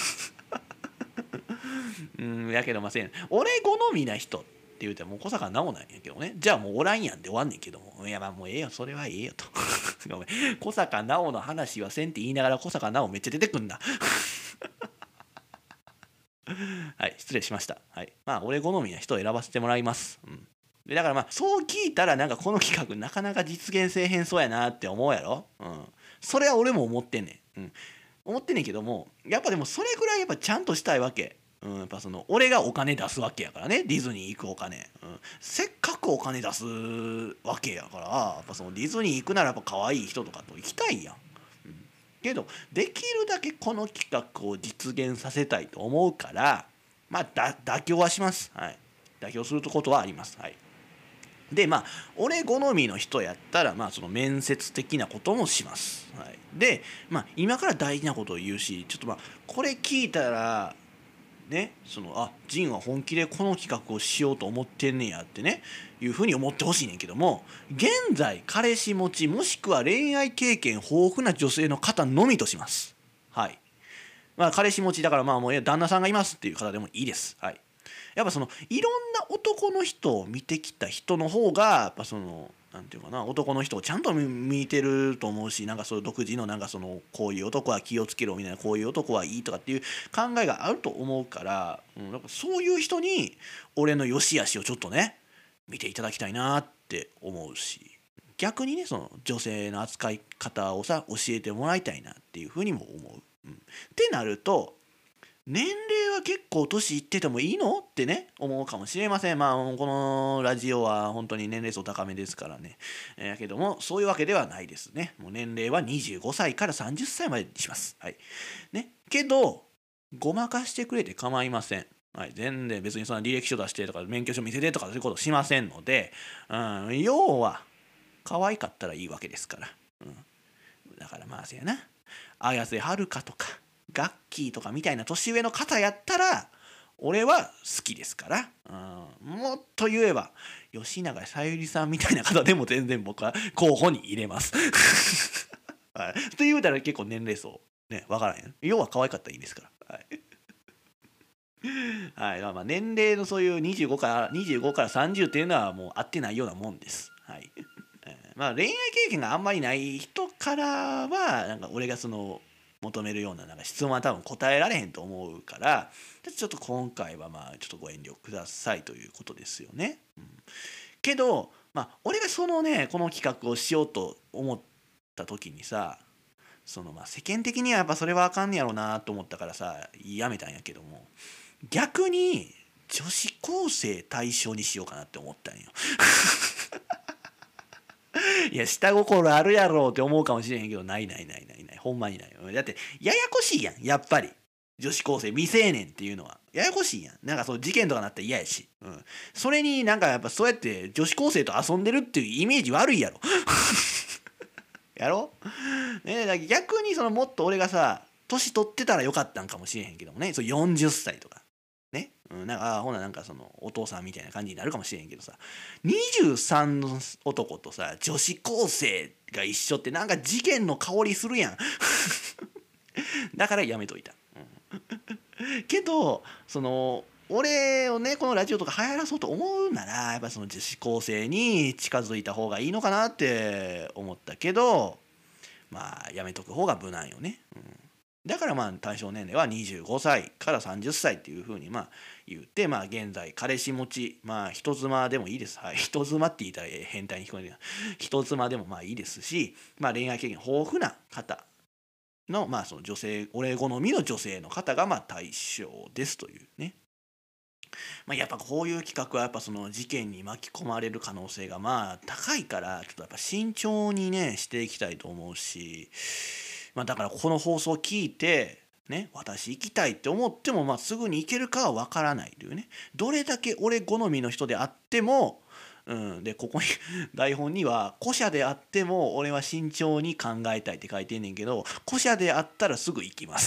うんやけどまあせん俺好みな人って言うてもう小坂直なんやけどねじゃあもうおらんやんで終わんねんけどもいやまあもうええよそれはええよとごめん小坂直の話はせんって言いながら小坂直めっちゃ出てくんなはい失礼しました、はい、まあ俺好みな人を選ばせてもらいます、うん、でだからまあそう聞いたらなんかこの企画なかなか実現せえへんそうやなって思うやろ、うん、それは俺も思ってんねん、うん、思ってんねんけどもやっぱでもそれぐらいやっぱちゃんとしたいわけ、うん、やっぱその俺がお金出すわけやからねディズニー行くお金、うん、せっかくお金出すわけやからやっぱそのディズニー行くならやっぱ可愛い人とかと行きたいやん、うん、けどできるだけこの企画を実現させたいと思うからまあだ妥協はします、はい、妥協することはあります、はい、でまあ俺好みの人やったらまあその面接的なこともします、はい、でまあ今から大事なことを言うしちょっとまあこれ聞いたらねそのあジンは本気でこの企画をしようと思ってんねやってねいうふうに思ってほしいねんけども現在彼氏持ちもしくは恋愛経験豊富な女性の方のみとします、はいまあ、彼氏持ちだからまあもう旦那さんがいますっていう方でもいいです、はい、やっぱそのいろんな男の人を見てきた人の方がやっぱそのなんていうかな男の人をちゃんと見てると思うしなんかそういう独自のなんかそのこういう男は気をつけろみたいなこういう男はいいとかっていう考えがあると思うから、うん、なんかそういう人に俺の良し悪しをちょっとね見ていただきたいなって思うし逆にねその女性の扱い方をさ教えてもらいたいなっていうふうにも思う。うん、ってなると年齢は結構年いっててもいいのってね思うかもしれません。まあこのラジオは本当に年齢層高めですからね。えー、けどもそういうわけではないですね。もう年齢はにじゅうごさいからさんじゅっさいまでにします。はい。ね。けどごまかしてくれて構いません。はい、全然別にそんな履歴書出してとか免許証見せてとかそういうことしませんので、うん、要は可愛かったらいいわけですから。うん、だからまあせやな。綾瀬はるかとかガッキーとかみたいな年上の方やったら俺は好きですから、うん、もっと言えば吉永小百合さんみたいな方でも全然僕は候補に入れます。はい、と言うたら結構年齢層ね分からへん。要は可愛かったらいいですから。はいはい、まあ年齢のそういうにじゅうごからにじゅうごからさんじゅうっていうのはもう合ってないようなもんです。はい。まあ恋愛経験があんまりない人からはなんか俺がその求めるようななんか質問は多分答えられへんと思うからちょっと今回はまあちょっとご遠慮くださいということですよね。うん、けどまあ俺がそのねこの企画をしようと思った時にさ、そのまあ世間的にはやっぱそれはあかんねやろうなと思ったからさやめたんやけども、逆に女子高生対象にしようかなって思ったんよ。いや下心あるやろうって思うかもしれへんけど、ないないないないない、ほんまにないよ。だってややこしいやんやっぱり。女子高生未成年っていうのはややこしいやん。なんかそう事件とかなったら嫌やし、うん、それになんかやっぱそうやって女子高生と遊んでるっていうイメージ悪いやろ。やろ、ね、だから逆にそのもっと俺がさ年取ってたらよかったんかもしれへんけどもね、そうよんじゅっさいとかね、うん、なんかあほななんかそのお父さんみたいな感じになるかもしれへんけどさ、にじゅうさんの男とさ女子高生が一緒ってなんか事件の香りするやん。だからやめといた。けどその俺をねこのラジオとか流行らそうと思うならやっぱその女子高生に近づいた方がいいのかなって思ったけど、まあやめとく方が無難よね、うん、だからまあ対象年齢はにじゅうごさいからさんじゅっさいっていうふうにまあ言って、まあ現在彼氏持ち、まあ人妻でもいいです。はい、人妻って言ったら変態に聞こえる人妻でもまあいいですし、まあ恋愛経験豊富な方のまあその女性、俺好みの女性の方がまあ対象ですというね。まあ、やっぱこういう企画はやっぱその事件に巻き込まれる可能性がまあ高いから、ちょっとやっぱ慎重にねしていきたいと思うし、まあだからこの放送を聞いてね、私行きたいって思ってもまあすぐに行けるかはわからないというね。どれだけ俺好みの人であっても、うん、でここに台本には「古社であっても俺は慎重に考えたい」って書いてんねんけど、古社であったらすぐ行きます。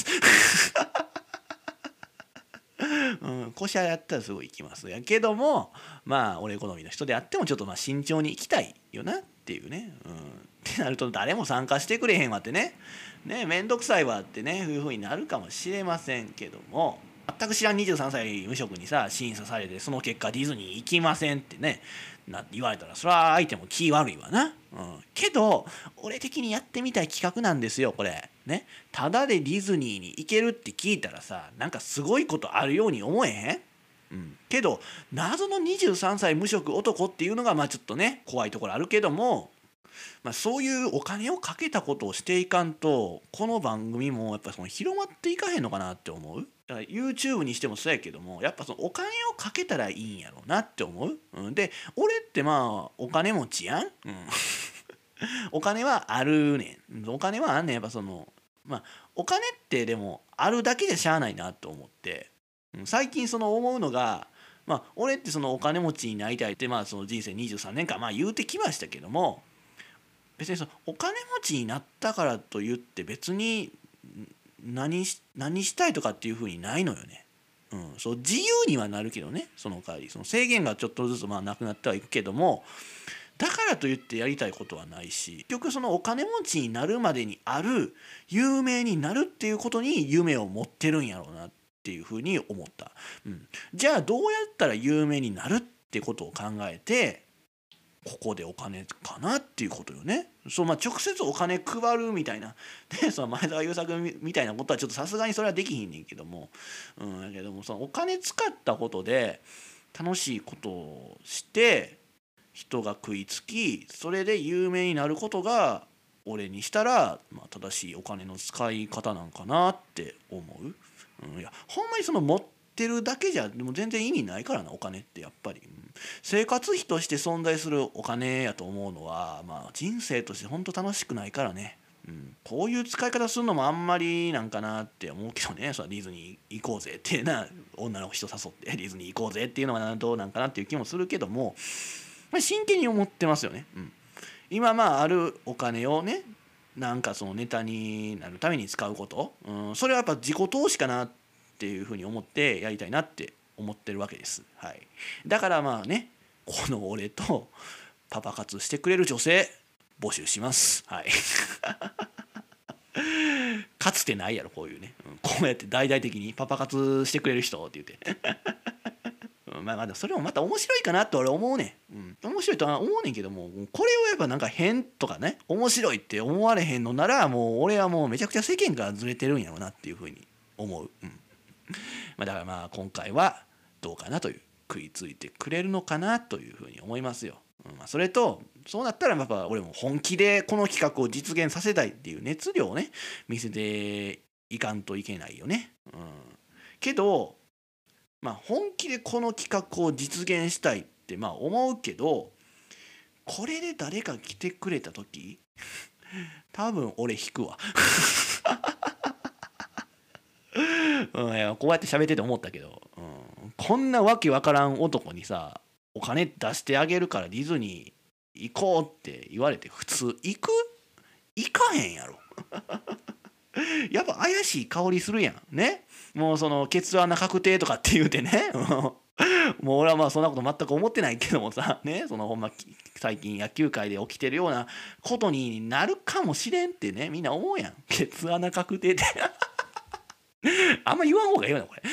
うん、古社やったらすぐ行きますやけども、まあ俺好みの人であってもちょっとまあ慎重に行きたいよなっていうね、うん、ってなると誰も参加してくれへんわってね、ねめんどくさいわってねいうふうになるかもしれませんけども、全く知らんにじゅうさんさい無職にさ審査されてその結果ディズニー行きませんってねな言われたらそれは相手も気悪いわな、うん、けど俺的にやってみたい企画なんですよこれね。ただでディズニーに行けるって聞いたらさなんかすごいことあるように思えへん、うん、けど謎のにじゅうさんさい無職男っていうのがまあちょっとね怖いところあるけども、まあ、そういうお金をかけたことをしていかんとこの番組もやっぱその広まっていかへんのかなって思う。だから YouTube にしてもそうやけどもやっぱそのお金をかけたらいいんやろうなって思う、うん、で俺ってまあお金持ちやん、うん、お金はあるねん。お金はあんねん。やっぱそのまあお金ってでもあるだけじゃしゃあないなと思って、うん、最近その思うのが、まあ俺ってそのお金持ちになりたいってまあその人生にじゅうさんねんかんまあ言うてきましたけども、別にそのお金持ちになったからといって別に何し何したいとかっていうふうにないのよね。うん、そう自由にはなるけどね、その代わりその制限がちょっとずつまあなくなってはいくけども、だからといってやりたいことはないし、結局そのお金持ちになるまでにある有名になるっていうことに夢を持ってるんやろうなっていうふうに思った、うん、じゃあどうやったら有名になるってことを考えてここでお金かなっていうことよね。そう、まあ、直接お金配るみたいなでその前澤友作みたいなことはちょっとさすがにそれはできひんねんけども、うん、だけどもそのお金使ったことで楽しいことをして人が食いつきそれで有名になることが俺にしたら、まあ、正しいお金の使い方なんかなって思う、うん、いやほんまにその持ってるだけじゃでも全然意味ないからなお金ってやっぱり、うん、生活費として存在するお金やと思うのは、まあ、人生として本当楽しくないからね、うん、こういう使い方するのもあんまりなんかなって思うけどね。そディズニー行こうぜってな女の人誘ってディズニー行こうぜっていうのはどうなんかなっていう気もするけども、真剣に思ってますよね、うん、今まああるお金をねなんかそのネタになるために使うこと、うん、それはやっぱ自己投資かなっていうふうに思ってやりたいなって思ってるわけです、はい、だからまあねこの俺とパパ活してくれる女性募集します、はいかつてないやろこういうね、うん、こうやって大々的にパパ活してくれる人って言ってまあまあそれもまた面白いかなと俺思うねん、うん、面白いとは思うねんけどもこれをやっぱなんか変とかね面白いって思われへんのならもう俺はもうめちゃくちゃ世間からずれてるんやろうなっていうふうに思う、うんまあ、だからまあ今回はどうかなという食いついてくれるのかなというふうに思いますよ。 うんまあ、それとそうなったらやっぱ俺も本気でこの企画を実現させたいっていう熱量をね見せていかんといけないよね。うん、けどまあ本気でこの企画を実現したいってまあ思うけど、これで誰か来てくれた時多分俺引くわ。うん、いやこうやって喋ってて思ったけど、うん、こんなわけわからん男にさお金出してあげるからディズニー行こうって言われて普通行く？行かへんやろ。やっぱ怪しい香りするやんね。もうそのケツ穴確定とかって言うてね。もう俺はまあそんなこと全く思ってないけどもさね、そのほんま最近野球界で起きてるようなことになるかもしれんってねみんな思うやん。ケツ穴確定ってあんま言わん方がいいよなこれ。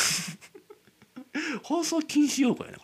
放送禁止用語やなこ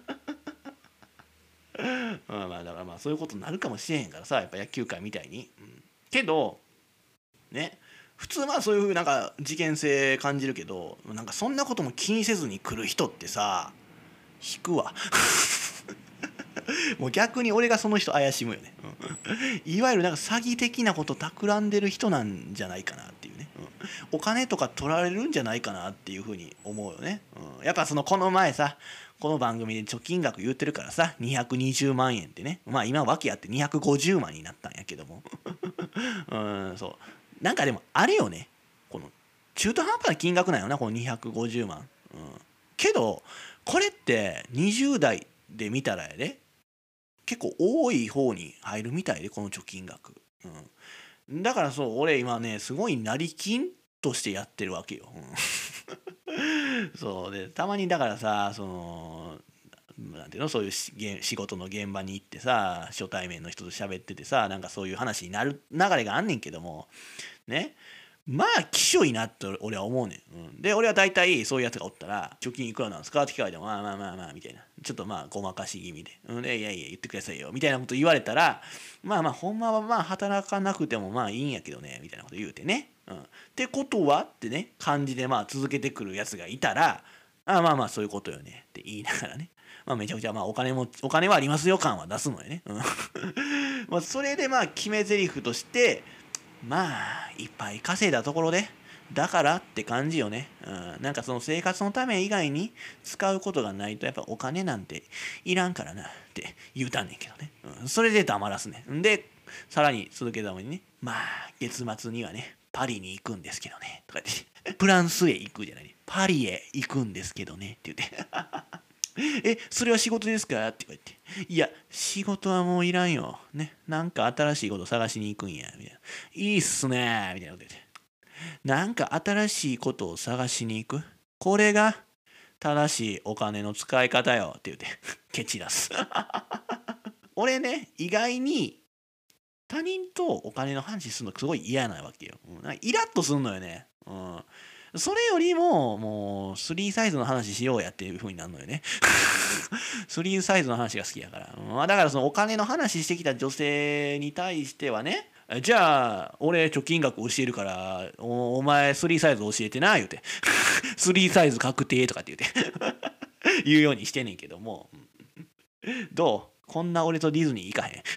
れ。まあまあだからまあそういうことになるかもしれへんからさ、やっぱ野球界みたいに、うん、けどね普通まあそういうなんか事件性感じるけど、なんかそんなことも気にせずに来る人ってさ引くわ。もう逆に俺がその人怪しむよね、うん、いわゆるなんか詐欺的なこと企んでる人なんじゃないかなっていうね、うん、お金とか取られるんじゃないかなっていうふうに思うよね、うん、やっぱそのこの前さこの番組で貯金額言ってるからさにひゃくにじゅうまんえんってね、まあ今訳あってにひゃくごじゅうまんになったんやけどもうんそうなんかでもあれよね、この中途半端な金額なんよなこのにひゃくごじゅうまん、うん、けどこれってにじゅう代で見たらやで結構多い方に入るみたいでこの貯金額、うん、だからそう俺今ねすごい成金としてやってるわけよ、うん、そうでたまにだからさそのなんていうのそういう仕事の現場に行ってさ初対面の人と喋っててさなんかそういう話になる流れがあんねんけどもね、まあきしょいなって俺は思うねん、うん、で俺は大体そういうやつがおったら貯金いくらなんですかって聞かれてもまあまあまあまあみたいなちょっとまあごまかし気味で、うん、でいやいや言ってくださいよみたいなこと言われたらまあまあほんまはまあ働かなくてもまあいいんやけどねみたいなこと言うてね、うん、ってことはってね感じでまあ続けてくるやつがいたらあまあまあそういうことよねって言いながらね、まあ、めちゃくちゃまあお金もお金はありますよ感は出すのよね、うん、まあそれでまあ決め台詞としてまあいっぱい稼いだところでだからって感じよね、うん、なんかその生活のため以外に使うことがないとやっぱお金なんていらんからなって言うたんねんけどね、うん、それで黙らすねんでさらに続けたのにねまあ月末にはねパリに行くんですけどねとか言ってフランスへ行くじゃないねパリへ行くんですけどねって言ってえそれは仕事ですかって言われていや仕事はもういらんよねなんか新しいこと探しに行くんやみたいないいっすねみたいなこと言ってなんか新しいことを探しに行くこれが正しいお金の使い方よって言ってケチ出す俺ね意外に他人とお金の話するのすごい嫌なわけよ、うん、なんかイラッとすんのよね、うん、それよりももうスリーサイズの話しようやっていう風になるのよねスリーサイズの話が好きやから、うん、だからそのお金の話してきた女性に対してはねじゃあ俺貯金額教えるからお, お前スリーサイズ教えてな言うてスリーサイズ確定とかって言うて言うようにしてんねんけどもどうこんな俺とディズニー行かへ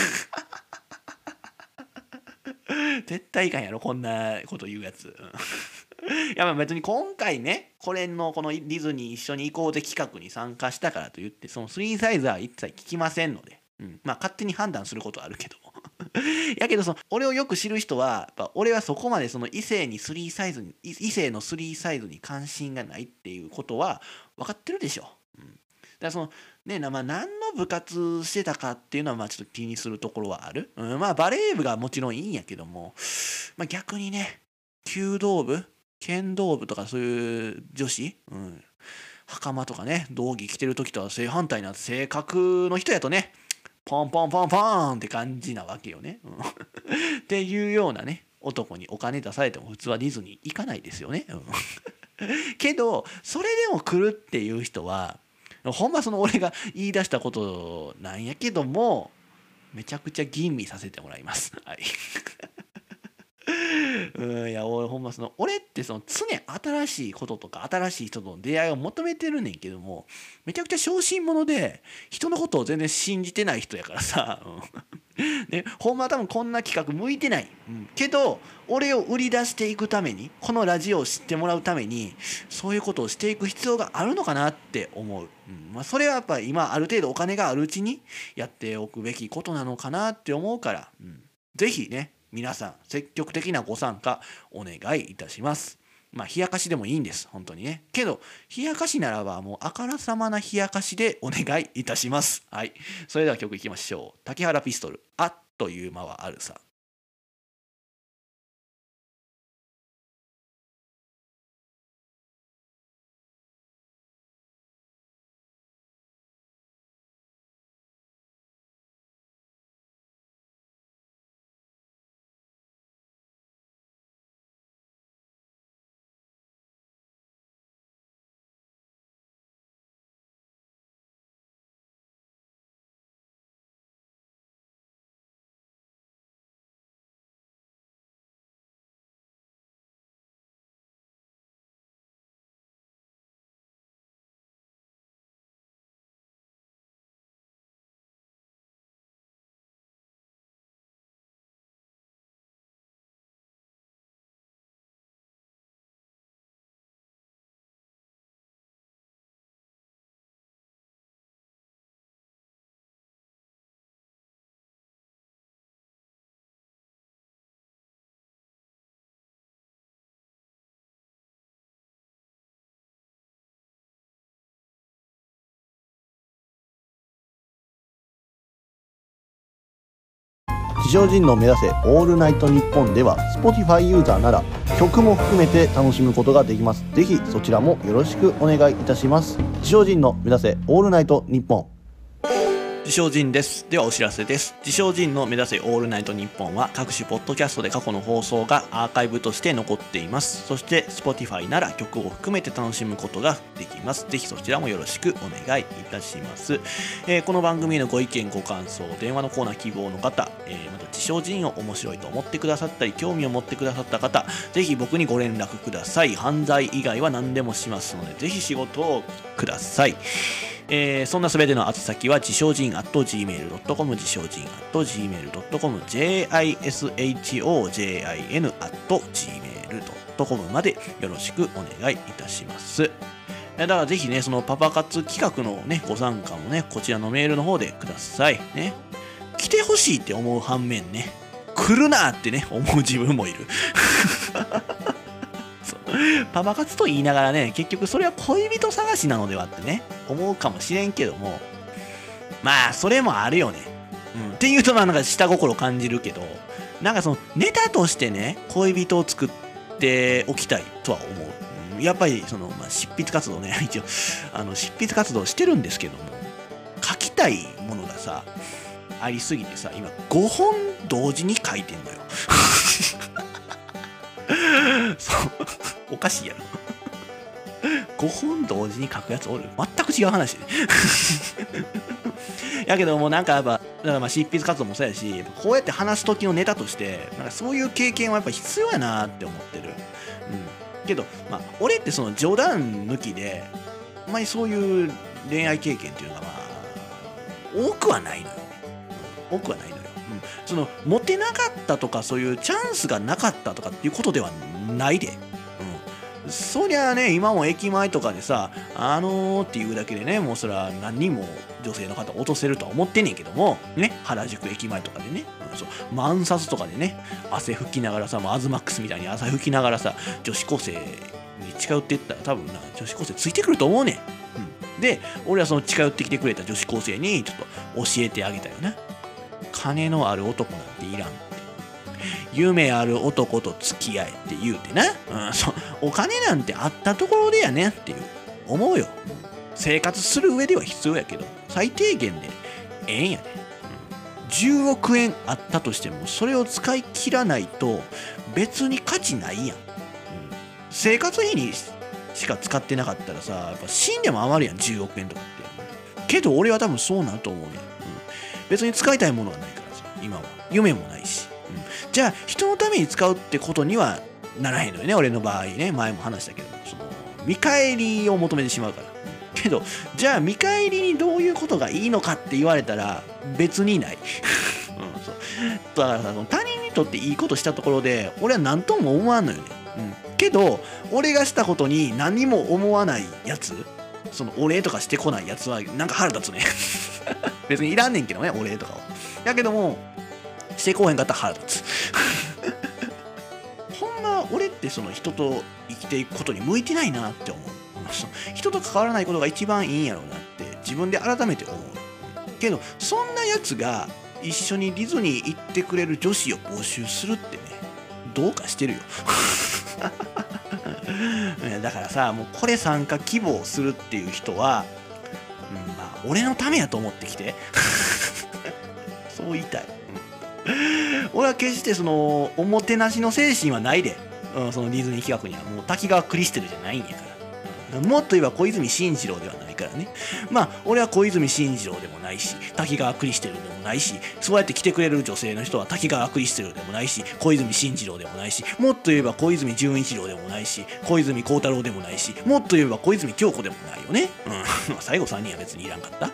ん絶対行かへんやろこんなこと言うやついや別に今回ねこれのこのディズニー一緒に行こうぜ企画に参加したからといってそのスリーサイズは一切聞きませんので、うん、まあ勝手に判断することはあるけどもやけどその俺をよく知る人はやっぱ俺はそこまでその異性にスリーサイズに異性のスリーサイズに関心がないっていうことは分かってるでしょ、うん、だからそのねまあ何の部活してたかっていうのはまあちょっと気にするところはある、うん、まあバレー部がもちろんいいんやけども、まあ、逆にね弓道部剣道部とかそういう女子、うん、袴とかね道着着てる時とは正反対な性格の人やとねポンポンポンポンって感じなわけよね、うん、っていうようなね男にお金出されても普通はディズニー行かないですよね、うん、けどそれでも来るっていう人はほんまその俺が言い出したことなんやけどもめちゃくちゃ吟味させてもらいます、はいうんいや俺ほんまその俺ってその常新しいこととか新しい人との出会いを求めてるねんけども、めちゃくちゃ小心者で人のことを全然信じてない人やからさ、うん、でほんまは多分こんな企画向いてない、うん、けど俺を売り出していくためにこのラジオを知ってもらうためにそういうことをしていく必要があるのかなって思う、うんまあ、それはやっぱ今ある程度お金があるうちにやっておくべきことなのかなって思うから、うん、ぜひね皆さん積極的なご参加お願いいたします。まあ冷やかしでもいいんです本当にね。けど冷やかしならばもうあからさまな冷やかしでお願いいたします。はい。それでは曲いきましょう。竹原ピストル、あっという間はあるさ。 地上人の目指せオールナイトニッポンでは Spotify ユーザーなら曲も含めて楽しむことができます。ぜひそちらもよろしくお願いいたします。地上人の目指せオールナイトニッポン。 自称人です。ではお知らせです。自称人の目指せオールナイトニッポンは各種ポッドキャストで過去の放送がアーカイブとして残っています。そして Spotify なら曲を含めて楽しむことができます。ぜひそちらもよろしくお願いいたします。えー、この番組のご意見ご感想、電話のコーナー希望の方、えー、また自称人を面白いと思ってくださったり興味を持ってくださった方、ぜひ僕にご連絡ください。犯罪以外は何でもしますのでぜひ仕事をください。えー、そんなすべての宛先は自称人 アットジーメールドットコム 自称人 アットジーメールドットコム ジェイアイエスエイチオージェイアイエヌ アットジーメールドットコム までよろしくお願いいたします。だからぜひねそのパパ活企画のねご参加もねこちらのメールの方でくださいね。来てほしいって思う反面ね来るなってね思う自分もいるパパ活と言いながらね結局それは恋人探しなのではってね思うかもしれんけども、まあそれもあるよね、うん、っていうとなんか下心感じるけど、なんかそのネタとしてね恋人を作っておきたいとは思う、うん、やっぱりその、まあ、執筆活動ね一応あの執筆活動してるんですけども、書きたいものがさありすぎてさ今ごほん同時に書いてんのよそうおかしいやろごほん同時に書くやつおる？全く違う話やけどもなんかやっぱだからまあ執筆活動もそうやしこうやって話す時のネタとしてなんかそういう経験はやっぱ必要やなって思ってる、うん、けどまあ俺ってその冗談抜きであんまりそういう恋愛経験っていうのがまあ多くはないのよね、うん、多くはないのよ、うん、そのモテなかったとかそういうチャンスがなかったとかっていうことではないで、うん、そりゃあね今も駅前とかでさあのーっていうだけでねもうそれは何人も女性の方落とせるとは思ってんねんけどもね原宿駅前とかでね、うん、そう万札とかでね汗拭きながらさもうアズマックスみたいに汗拭きながらさ女子高生に近寄っていったら多分な女子高生ついてくると思うねん、うん、で俺はその近寄ってきてくれた女子高生にちょっと教えてあげたよな。金のある男なんていらん、夢ある男と付き合えって言うてな、うん、そお金なんてあったところでやねんっていう思うよ。生活する上では必要やけど最低限でええんやね、うん、じゅうおくえんあったとしてもそれを使い切らないと別に価値ないやん、うん、生活費にしか使ってなかったらさやっぱ死んでも余るやんじゅうおくえんとかって。けど俺は多分そうなると思うね、うん、別に使いたいものがないからさ今は夢もないし、うん、 じゃあ人のために使うってことにはならへんのよね、俺の場合ね。前も話したけど、その見返りを求めてしまうから。けどじゃあ見返りにどういうことがいいのかって言われたら別にない、うん、そうだからさ、他人にとっていいことしたところで俺は何とも思わんのよね、うん、けど俺がしたことに何も思わないやつ、そのお礼とかしてこないやつはなんか腹立つね別にいらんねんけどね、お礼とかは。だけどもしてこうへんかったら腹立つほんま俺ってその人と生きていくことに向いてないなって思う。人と関わらないことが一番いいんやろうなって自分で改めて思うけど、そんなやつが一緒にディズニー行ってくれる女子を募集するってね、どうかしてるよだからさ、もうこれ参加希望するっていう人は、うん、まあ俺のためやと思ってきてそう言いたい、うん、俺は決してそのおもてなしの精神はないで、うん、そのディズニー企画にはもう滝川クリステルじゃないんやから。もっと言えば小泉進次郎ではないからね。まあ俺は小泉進次郎でもないし滝川クリステルでもないし、そうやって来てくれる女性の人は滝川クリステルでもないし小泉進次郎でもないし、もっと言えば小泉純一郎でもないし小泉孝太郎でもないし、もっと言えば小泉京子でもないよね、うん、最後さんにんは別にいらんかった、うん、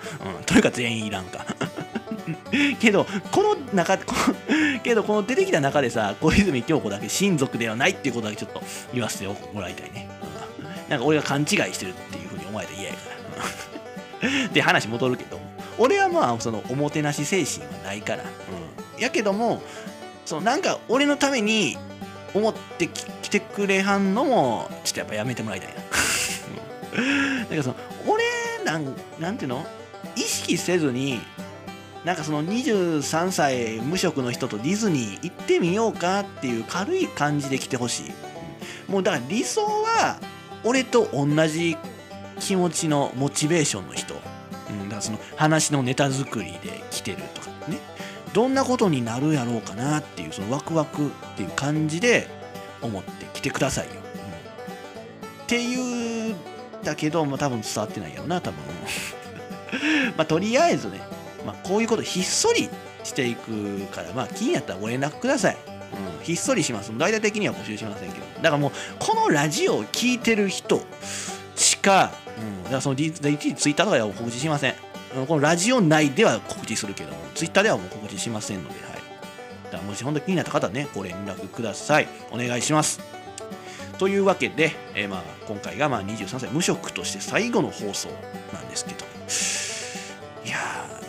というか全員いらんかけどこの中このけどこの出てきた中でさ、小泉京子だけ親族ではないっていうことだけちょっと言わせてもらいたいね。なんか俺が勘違いしてるっていう風に思われたら嫌やからで話戻るけど、俺はまあそのおもてなし精神はないから、うん、やけどもそのなんか俺のために思ってき来てくれはんのもちょっとやっぱやめてもらいたいなだからその俺なんなんていうの意識せずになんかそのにじゅうさんさい無職の人とディズニー行ってみようかっていう軽い感じで来てほしい。もうだから理想は俺と同じ気持ちのモチベーションの人、うん、だからその話のネタ作りで来てるとかね、どんなことになるやろうかなっていうそのワクワクっていう感じで思って来てくださいよ、うん、っていうだけど、まあ、多分伝わってないやろな多分まあとりあえずね、まあ、こういうことひっそりしていくから、まあ気になったらご連絡ください。うん、ひっそりします。大々的には募集しませんけど、だからもうこのラジオを聞いてる人しか、うん、だからそのツイッターとかでは告知しません。このラジオ内では告知するけども、ツイッターではもう告知しませんので、はい。だからもし本当に気になった方はね、ご連絡ください。お願いします。というわけで、えー、まあ今回がまあにじゅうさんさい無職として最後の放送なんですけど、いや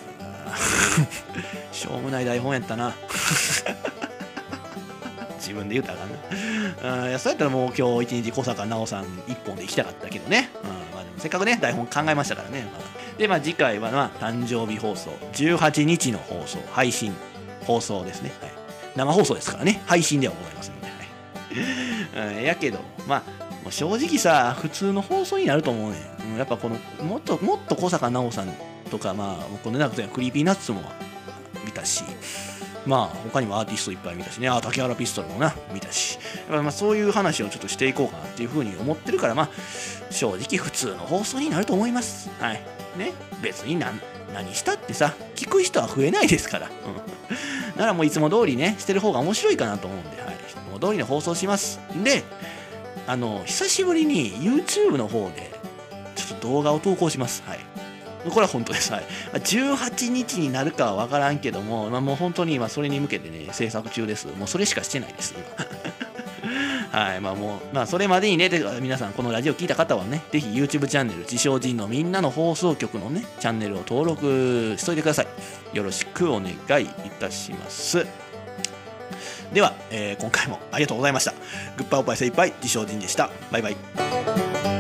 ーしょうもない台本やったな。自分で言うたらあかんな。うん、いやそうやったらもう今日一日小坂直さん一本で行きたかったけどね。うん、まあでもせっかくね台本考えましたからね。まあ、でまあ次回はまあ誕生日放送じゅうはちにちの放送配信放送ですね。はい、生放送ですからね、配信ではございますので。はい、うん、やけどまあもう正直さ普通の放送になると思うね。うん、やっぱこのもっともっと小坂直さんとかまあこの中でクリーピーナッツも見たし。まあ他にもアーティストいっぱい見たしね、あ竹原ピストルもな見たし、まあそういう話をちょっとしていこうかなっていうふうに思ってるから、まあ正直普通の放送になると思います。はいね、別に何何したってさ聞く人は増えないですから、うん、ならもういつも通りねしてる方が面白いかなと思うんで、はい、いつも通りの放送します。であの久しぶりに YouTube の方でちょっと動画を投稿します。はい、これは本当です。はい、じゅうはちにちになるかは分からんけども、まあ、もう本当に今それに向けてね制作中です。もうそれしかしてないです今はい、まあもうまあそれまでにね皆さんこのラジオ聞いた方はねぜひ YouTube チャンネル自称人のみんなの放送局のねチャンネルを登録しといてください。よろしくお願いいたします。では、えー、今回もありがとうございました。グッバイおっぱい精いっぱい自称人でした。バイバイ。